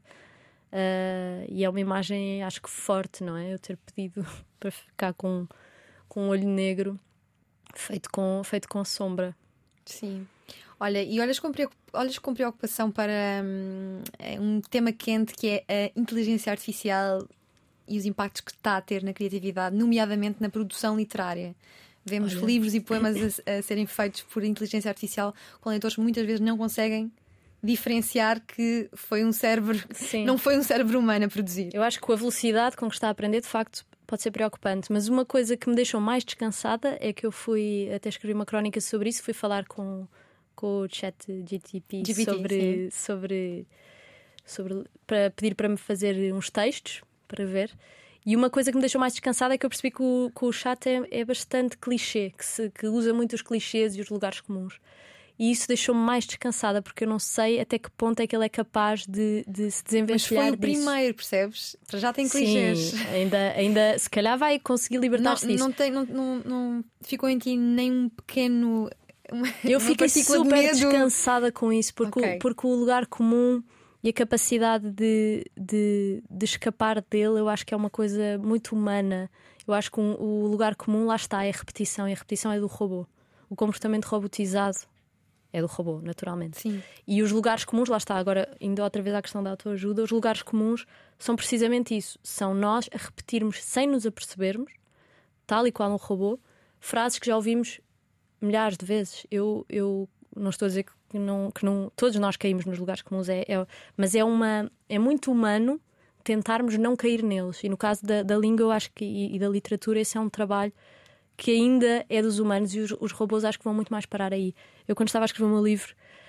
e é uma imagem, acho que forte, não é? Eu ter pedido para ficar com um olho negro feito com sombra. Sim. Olha, e olhas com preocupação para um tema quente que é a inteligência artificial e os impactos que está a ter na criatividade, nomeadamente na produção literária. Vemos livros e poemas a serem feitos por inteligência artificial com leitores que muitas vezes não conseguem diferenciar que foi um cérebro, não foi um cérebro humano a produzir. Eu acho que a velocidade com que está a aprender, de facto, pode ser preocupante. Mas uma coisa que me deixou mais descansada é que eu até escrevi uma crónica sobre isso, fui falar com o ChatGPT sobre para pedir para me fazer uns textos para ver. E uma coisa que me deixou mais descansada é que eu percebi que o chat é bastante clichê, que usa muito os clichês e os lugares comuns. E isso deixou-me mais descansada, porque eu não sei até que ponto é que ele é capaz de se desenvencilhar disso. Mas foi o primeiro, percebes? Já tem clichês. Sim, ainda se calhar vai conseguir libertar-se disso. Não ficou em ti nem um pequeno... Eu fiquei super descansada com isso, porque o lugar comum e a capacidade de escapar dele, eu acho que é uma coisa muito humana. Eu acho que o lugar comum, lá está, é a repetição, e a repetição é do robô. O comportamento robotizado é do robô, naturalmente. Sim. E os lugares comuns, lá está, agora indo outra vez à questão da autoajuda, os lugares comuns são precisamente isso. São nós a repetirmos sem nos apercebermos, tal e qual um robô, frases que já ouvimos milhares de vezes. Eu não estou a dizer que não todos nós caímos nos lugares comuns, mas é muito humano tentarmos não cair neles. E no caso da língua, eu acho que e da literatura, esse é um trabalho que ainda é dos humanos, e os robôs acho que vão muito mais parar aí. Eu, quando estava a escrever o meu livro,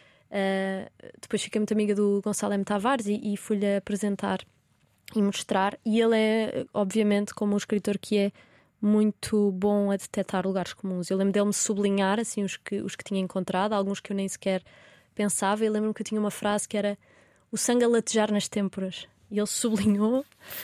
depois fiquei muito amiga do Gonçalo M. Tavares e fui-lhe apresentar e mostrar, e ele é, obviamente, como um escritor que é, muito bom a detectar lugares comuns. Eu lembro dele me sublinhar assim, os que tinha encontrado, alguns que eu nem sequer pensava. Eu lembro-me que eu tinha uma frase que era o sangue a latejar nas têmporas. E ele sublinhou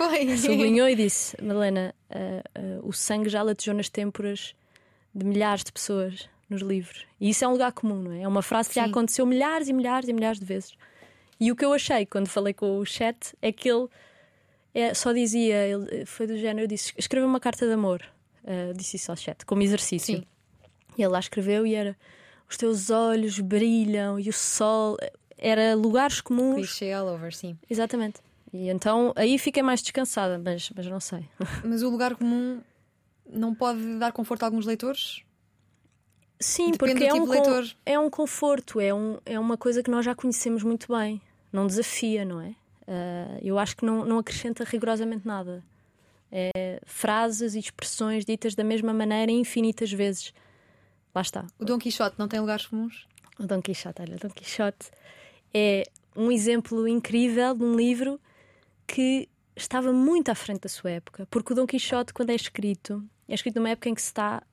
e disse: Madalena, o sangue já latejou nas têmporas de milhares de pessoas nos livros. E isso é um lugar comum, não é? É uma frase que já aconteceu milhares e milhares e milhares de vezes. E o que eu achei quando falei com o chat é que ele só dizia, ele foi do género, eu disse: escreva uma carta de amor. Disse isso ao chat, como exercício. Sim. E ele lá escreveu e era: os teus olhos brilham e o sol. Era lugares comuns. Clichê all over, sim. Exatamente. E então aí fiquei mais descansada, mas não sei. Mas o lugar comum não pode dar conforto a alguns leitores? Sim, depende porque do leitor. É um conforto, é uma coisa que nós já conhecemos muito bem. Não desafia, não é? Eu acho que não acrescenta rigorosamente nada. Frases e expressões ditas da mesma maneira infinitas vezes. Lá está. O Dom Quixote não tem lugares comuns? O Dom Quixote, olha, o Dom Quixote é um exemplo incrível de um livro que estava muito à frente da sua época. Porque o Dom Quixote, quando é escrito numa época em que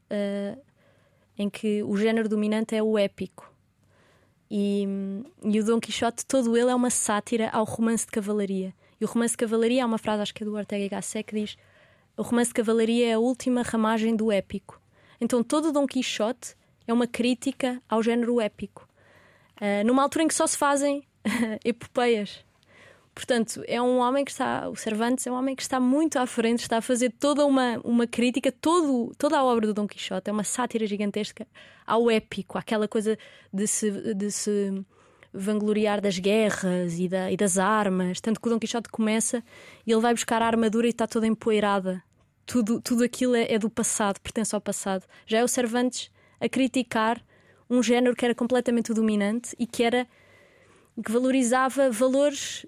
em que o género dominante é o épico. E o Dom Quixote, todo ele é uma sátira ao romance de cavalaria. E o romance de cavalaria, há uma frase, acho que é do Ortega y Gasset, que diz: o romance de cavalaria é a última ramagem do épico. Então todo o Dom Quixote é uma crítica ao género épico, numa altura em que só se fazem epopeias. Portanto, é um homem que o Cervantes é um homem que está muito à frente, está a fazer toda uma crítica, toda a obra do Dom Quixote é uma sátira gigantesca ao épico, àquela coisa de se vangloriar das guerras e das armas. Tanto que o Dom Quixote começa e ele vai buscar a armadura e está toda empoeirada. Tudo aquilo é do passado, pertence ao passado. Já é o Cervantes a criticar um género que era completamente dominante e que valorizava valores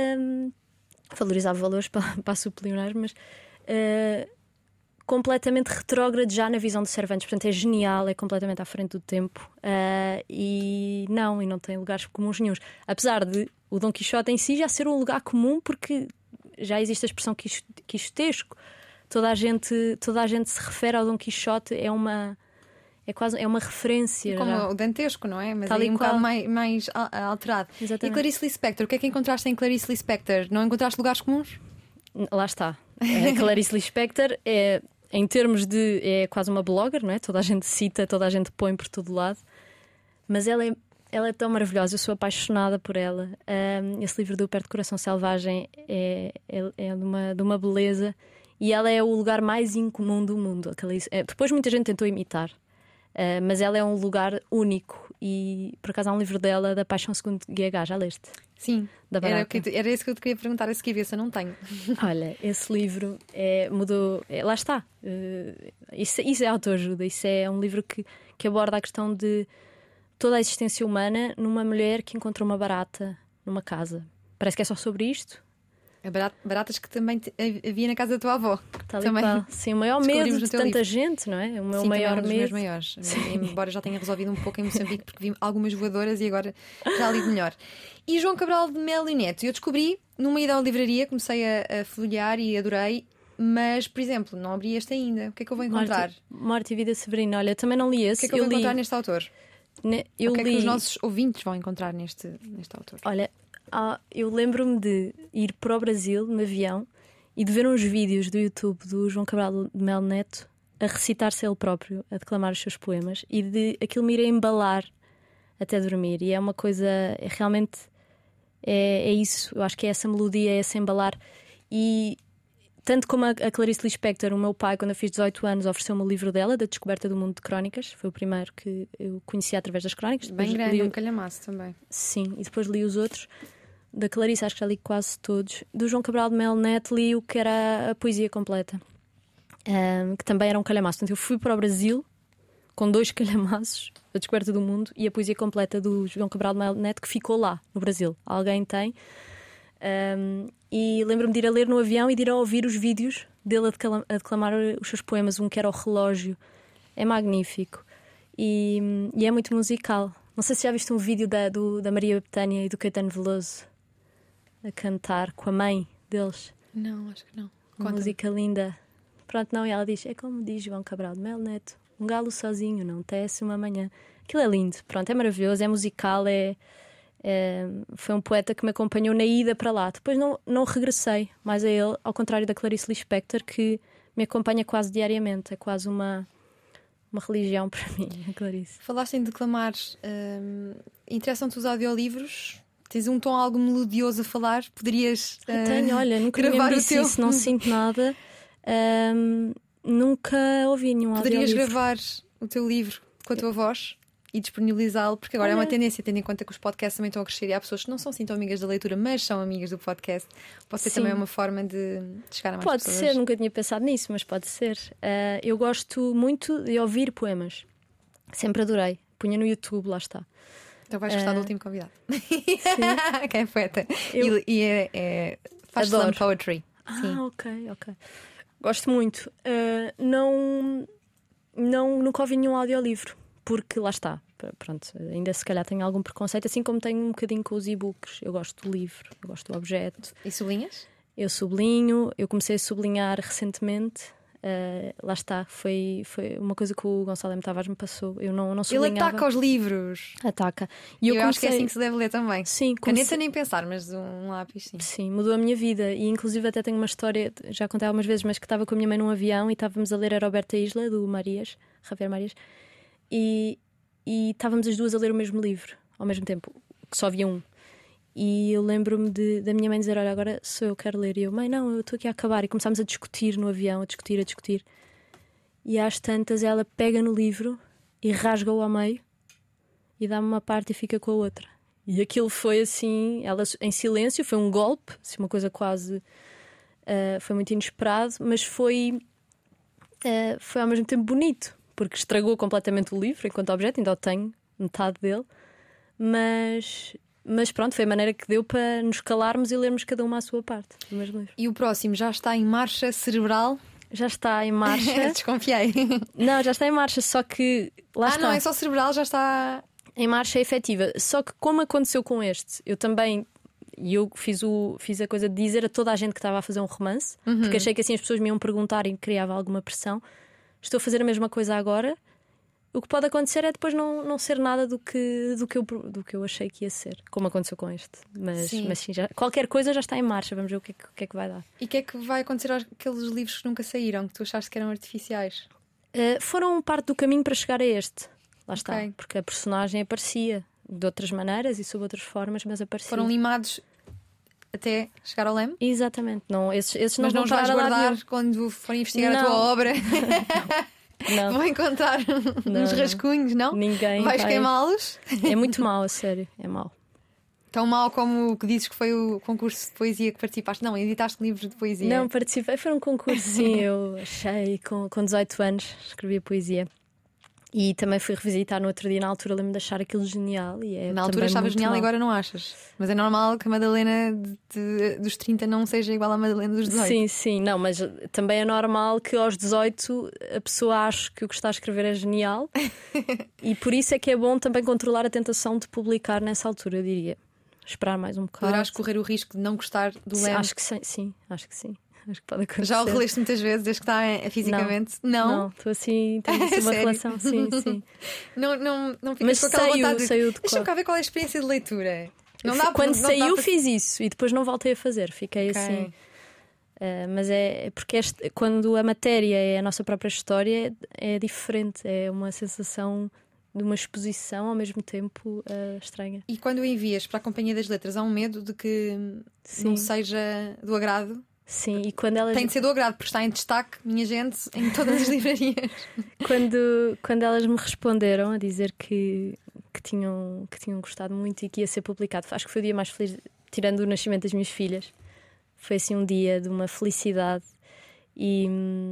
para sublinhar, mas completamente retrógrado já na visão de Cervantes. Portanto, é genial, é completamente à frente do tempo, e não tem lugares comuns nenhuns. Apesar de o Dom Quixote em si já ser um lugar comum, porque já existe a expressão quixotesco. Toda a gente se refere ao Dom Quixote, é quase uma referência. Como já. O dantesco, não é? Mas Tal aí um qual. bocado mais alterado. Exatamente. E Clarice Lispector, o que é que encontraste em Clarice Lispector? Não encontraste lugares comuns? Lá está. A Clarice Lispector em termos é quase uma blogger, não é? Toda a gente cita, toda a gente põe por todo lado. Mas ela é tão maravilhosa, eu sou apaixonada por ela. Esse livro do Perto do Coração Selvagem é de uma beleza. E ela é o lugar mais incomum do mundo. Depois muita gente tentou imitar, mas ela é um lugar único. E por acaso há um livro dela, da Paixão Segundo GH, já leste? Sim, da Barata. era isso que eu te queria perguntar a seguir, se eu não tenho. Olha, esse livro mudou. Lá está. Isso é autoajuda. Isso é um livro que aborda a questão de toda a existência humana numa mulher que encontrou uma barata numa casa. Parece que é só sobre isto. Baratas que também havia na casa da tua avó. Tal também. E qual. Sim, o maior medo de tanta livro. gente, não é? O meu Sim, maior um dos medo. meus maiores. Embora já tenha resolvido um pouco em Moçambique, porque vi algumas voadoras e agora já li melhor. E João Cabral de Melo e Neto, eu descobri numa ida à livraria, comecei a folhear e adorei. Mas, por exemplo, não abri este ainda. O que é que eu vou encontrar? Morte e Vida Severina. Olha, também não li esse. O que é que eu vou encontrar neste autor? Eu o que é li... que os nossos ouvintes vão encontrar neste autor? Olha, eu lembro-me de ir para o Brasil no avião e de ver uns vídeos do YouTube do João Cabral de Melo Neto a recitar-se ele próprio, a declamar os seus poemas, e de aquilo me ir a embalar até dormir. E é uma coisa, realmente é isso. Eu acho que é essa melodia, é esse embalar. E tanto como a Clarice Lispector, o meu pai, quando eu fiz 18 anos, ofereceu-me o livro dela, da Descoberta do Mundo de Crónicas. Foi o primeiro que eu conheci através das crónicas. Bem grande, um calhamaço também. Sim, e depois li os outros. Da Clarice acho que já li quase todos. Do João Cabral de Melo Neto li o que era a poesia completa, que também era um calhamaço. Portanto, eu fui para o Brasil com 2 calhamaços, a Descoberta do Mundo e a poesia completa do João Cabral de Melo Neto, que ficou lá no Brasil. Alguém tem. E lembro-me de ir a ler no avião e de ir a ouvir os vídeos dele a declamar os seus poemas. Um que era O Relógio. É magnífico e é muito musical. Não sei se já viste um vídeo da Maria Bethânia e do Caetano Veloso a cantar com a mãe deles. Não, acho que não. Uma música linda. Pronto, não, e ela diz: é como diz João Cabral de Melo Neto, um galo sozinho não tece uma manhã. Aquilo é lindo, pronto, é maravilhoso, é musical, foi um poeta que me acompanhou na ida para lá. Depois não regressei mais a ele, ao contrário da Clarice Lispector, que me acompanha quase diariamente. É quase uma religião para mim, a Clarice. Falaste em declamar. Interessam-te os audiolivros? Tens um tom algo melodioso a falar? Poderias tenho, olha, nunca gravar disse o teu... isso, não sinto nada. Nunca ouvi nenhum Poderias audiolivro. gravar o teu livro com a tua voz e disponibilizá-lo, porque agora é uma tendência, tendo em conta que os podcasts também estão a crescer e há pessoas que não são assim tão amigas da leitura, mas são amigas do podcast. Pode ser também uma forma de chegar a mais pode pessoas. Pode ser, nunca tinha pensado nisso, mas pode ser. Eu gosto muito de ouvir poemas. Sempre adorei. Punha no YouTube, lá está. Então vais gostar do último convidado. Sim. Que é poeta. Faz Adoro. slam poetry. Sim. Ok. Gosto muito. Nunca ouvi nenhum audiolivro, porque lá está. Pronto, ainda se calhar tenho algum preconceito, assim como tenho um bocadinho com os e-books. Eu gosto do livro, eu gosto do objeto. E sublinhas? Eu sublinho, eu comecei a sublinhar recentemente. Lá está, foi uma coisa que o Gonçalo M. Tavares me passou. Eu não sublinhava. Ele ataca os livros. Ataca. E eu acho que é assim que se deve ler também. Sim, caneta nem pensar, mas um lápis, sim. Sim, mudou a minha vida. E inclusive até tenho uma história, já contei algumas vezes, mas que estava com a minha mãe num avião e estávamos a ler a Roberta Isla, do Marias, Javier Marias, e estávamos as duas a ler o mesmo livro ao mesmo tempo, que só havia um. E eu lembro-me da minha mãe dizer: olha, agora sou eu que quero ler. E eu: mãe, não, eu estou aqui a acabar. E começámos a discutir no avião, a discutir. E às tantas ela pega no livro e rasga-o ao meio e dá-me uma parte e fica com a outra. E aquilo foi assim, ela em silêncio, foi um golpe, assim, uma coisa quase... foi muito inesperado, mas foi ao mesmo tempo bonito, porque estragou completamente o livro enquanto objeto, ainda o tenho, metade dele, mas pronto, foi a maneira que deu para nos calarmos e lermos cada uma à sua parte do mesmo livro. E o próximo já está em marcha cerebral? Já está em marcha. Desconfiei. Não, já está em marcha, só que lá está. Não, é só cerebral, já está em marcha efetiva. Só que como aconteceu com este, eu também fiz a coisa de dizer a toda a gente que estava a fazer um romance, porque achei que assim as pessoas me iam perguntar e criava alguma pressão. Estou a fazer a mesma coisa agora. O que pode acontecer é depois não ser nada do que eu achei que ia ser, como aconteceu com este. Mas sim, qualquer coisa já está em marcha. Vamos ver o que é que vai dar. E o que é que vai acontecer àqueles livros que nunca saíram, que tu achaste que eram artificiais? Foram parte do caminho para chegar a este. Lá está, okay. Porque a personagem aparecia de outras maneiras e sob outras formas, mas aparecia. Foram limados até chegar ao leme? Exatamente. Não, esses mas não os vais guardar quando forem investigar a tua obra? Não. Vou encontrar uns rascunhos, não? Ninguém. Vais queimá-los? É muito mau, a sério, é mau. Tão mau como o que dizes que foi o concurso de poesia que participaste? Não, editaste livros de poesia. Não, participei, foi um concurso, sim. Eu achei, com 18 anos, escrevi poesia. E também fui revisitar no outro dia. Na altura lembro-me de achar aquilo genial. Na altura achavas genial e agora não achas. Mas é normal que a Madalena dos 30 não seja igual à Madalena dos 18. Sim, não, mas também é normal que aos 18 a pessoa ache que o que está a escrever é genial. E por isso é que é bom também controlar a tentação de publicar nessa altura, eu diria. Esperar mais um bocado. Poderás correr o risco de não gostar do leme? Acho que sim, acho que sim. Acho que pode acontecer. Já o releste muitas vezes, desde que está fisicamente? Não, estou assim, tenho assim uma relação. Sim. Não ficas Mas com aquela vontade saiu de Deixa-me cor. cá ver qual é a experiência de leitura. Não dá, Quando não dá saiu, para... fiz isso e depois não voltei a fazer. Fiquei Ok. assim. Mas é porque quando a matéria é a nossa própria história, é diferente. É uma sensação de uma exposição ao mesmo tempo estranha. E quando o envias para a Companhia das Letras, há um medo de que não seja do agrado? Sim, e quando elas. Tem de ser do agrado, porque está em destaque, minha gente, em todas as livrarias. Quando elas me responderam a dizer que tinham gostado muito e que ia ser publicado, acho que foi o dia mais feliz, tirando o nascimento das minhas filhas. Foi assim um dia de uma felicidade e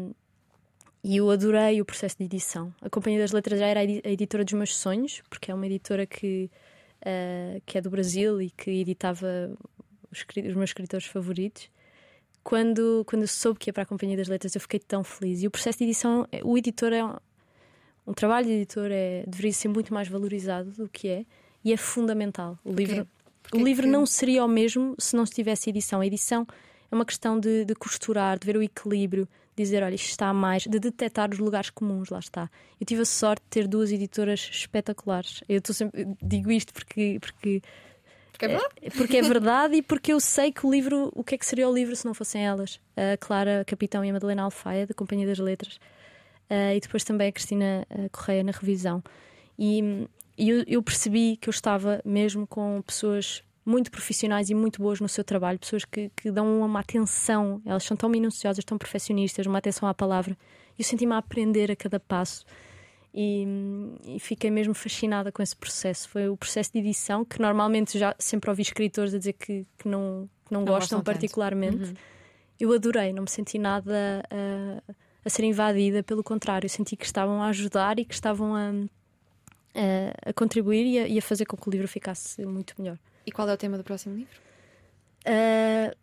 eu adorei o processo de edição. A Companhia das Letras já era a editora dos meus sonhos, porque é uma editora que é do Brasil e que editava os meus escritores favoritos. Quando eu soube que ia para a Companhia das Letras, eu fiquei tão feliz. E o processo de edição, o editor um trabalho de editor deveria ser muito mais valorizado do que é, e é fundamental. O livro não seria o mesmo se não se tivesse edição. A edição é uma questão de costurar, de ver o equilíbrio, de dizer, olha, isto está a mais, de detectar os lugares comuns, lá está. Eu tive a sorte de ter 2 editoras espetaculares. Eu digo isto porque é verdade? Porque é verdade e porque eu sei que o que é que seria o livro se não fossem elas. A Clara Capitão e a Madalena Alfaia, da Companhia das Letras, e depois também a Cristina Correia na revisão. E eu percebi que eu estava mesmo com pessoas muito profissionais e muito boas no seu trabalho, pessoas que dão uma atenção, elas são tão minuciosas, tão perfeccionistas, uma atenção à palavra. Eu senti-me a aprender a cada passo e fiquei mesmo fascinada com esse processo. Foi o processo de edição, que normalmente já sempre ouvi escritores a dizer que não gostam particularmente. Uhum. Eu adorei, não me senti nada a ser invadida, pelo contrário, eu senti que estavam a ajudar e que estavam a contribuir e a fazer com que o livro ficasse muito melhor. E qual é o tema do próximo livro? É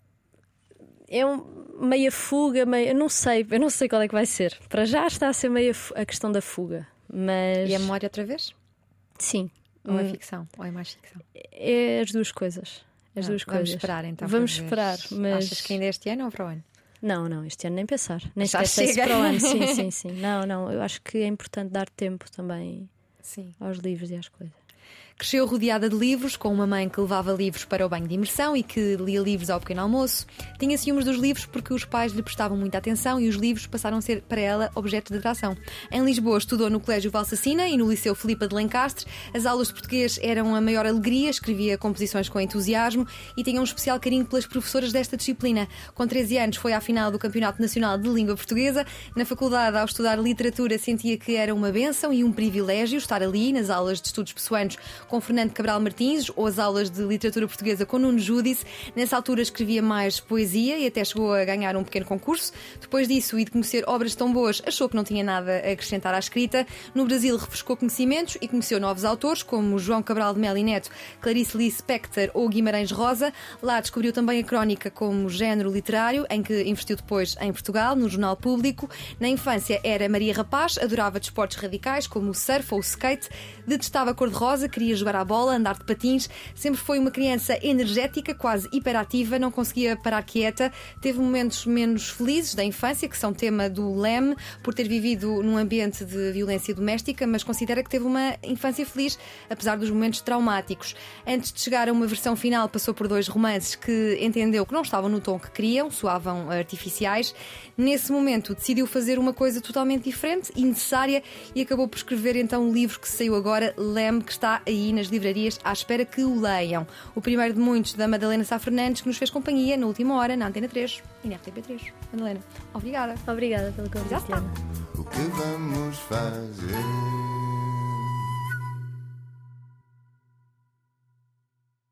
meia fuga, eu não sei qual é que vai ser. Para já está a ser meio a questão da fuga, mas... E a memória outra vez? Sim. Ou é ficção? Ou é mais ficção? É as duas coisas. Vamos esperar então. Vamos esperar, mas... Achas que ainda é este ano ou para o ano? Não, este ano nem pensar. Nem Já sequer chega. para o ano. Sim. Não, eu acho que é importante dar tempo também aos livros e às coisas. Cresceu rodeada de livros, com uma mãe que levava livros para o banho de imersão e que lia livros ao pequeno almoço. Tinha ciúmes dos livros porque os pais lhe prestavam muita atenção e os livros passaram a ser para ela objeto de atração. Em Lisboa estudou no Colégio Valsacina e no Liceu Filipa de Lencastre. As aulas de português eram a maior alegria, escrevia composições com entusiasmo e tinha um especial carinho pelas professoras desta disciplina. Com 13 anos foi à final do Campeonato Nacional de Língua Portuguesa. Na faculdade, ao estudar literatura, sentia que era uma bênção e um privilégio estar ali nas aulas de estudos pessoanos com Fernando Cabral Martins ou as aulas de literatura portuguesa com Nuno Júdice. Nessa altura escrevia mais poesia e até chegou a ganhar um pequeno concurso. Depois disso e de conhecer obras tão boas, achou que não tinha nada a acrescentar à escrita. No Brasil refrescou conhecimentos e conheceu novos autores como João Cabral de Melo e Neto, Clarice Lispector ou Guimarães Rosa. Lá descobriu também a crónica como género literário, em que investiu depois em Portugal, no Jornal Público. Na infância era Maria Rapaz, adorava desportos radicais como o surf ou o skate, detestava cor-de-rosa, queria jogar à bola, andar de patins, sempre foi uma criança energética, quase hiperativa, não conseguia parar quieta, teve momentos menos felizes da infância, que são tema do Leme, por ter vivido num ambiente de violência doméstica, mas considera que teve uma infância feliz, apesar dos momentos traumáticos. Antes de chegar a uma versão final, passou por 2 romances que entendeu que não estavam no tom que queriam, soavam artificiais. Nesse momento decidiu fazer uma coisa totalmente diferente e necessária e acabou por escrever então um livro que saiu agora, Leme, que está aí nas livrarias à espera que o leiam. O primeiro de muitos da Madalena Sá Fernandes, que nos fez companhia na última hora na Antena 3 e na RTP3. Madalena, obrigada. Obrigada pela conversa. Já está. O que vamos fazer?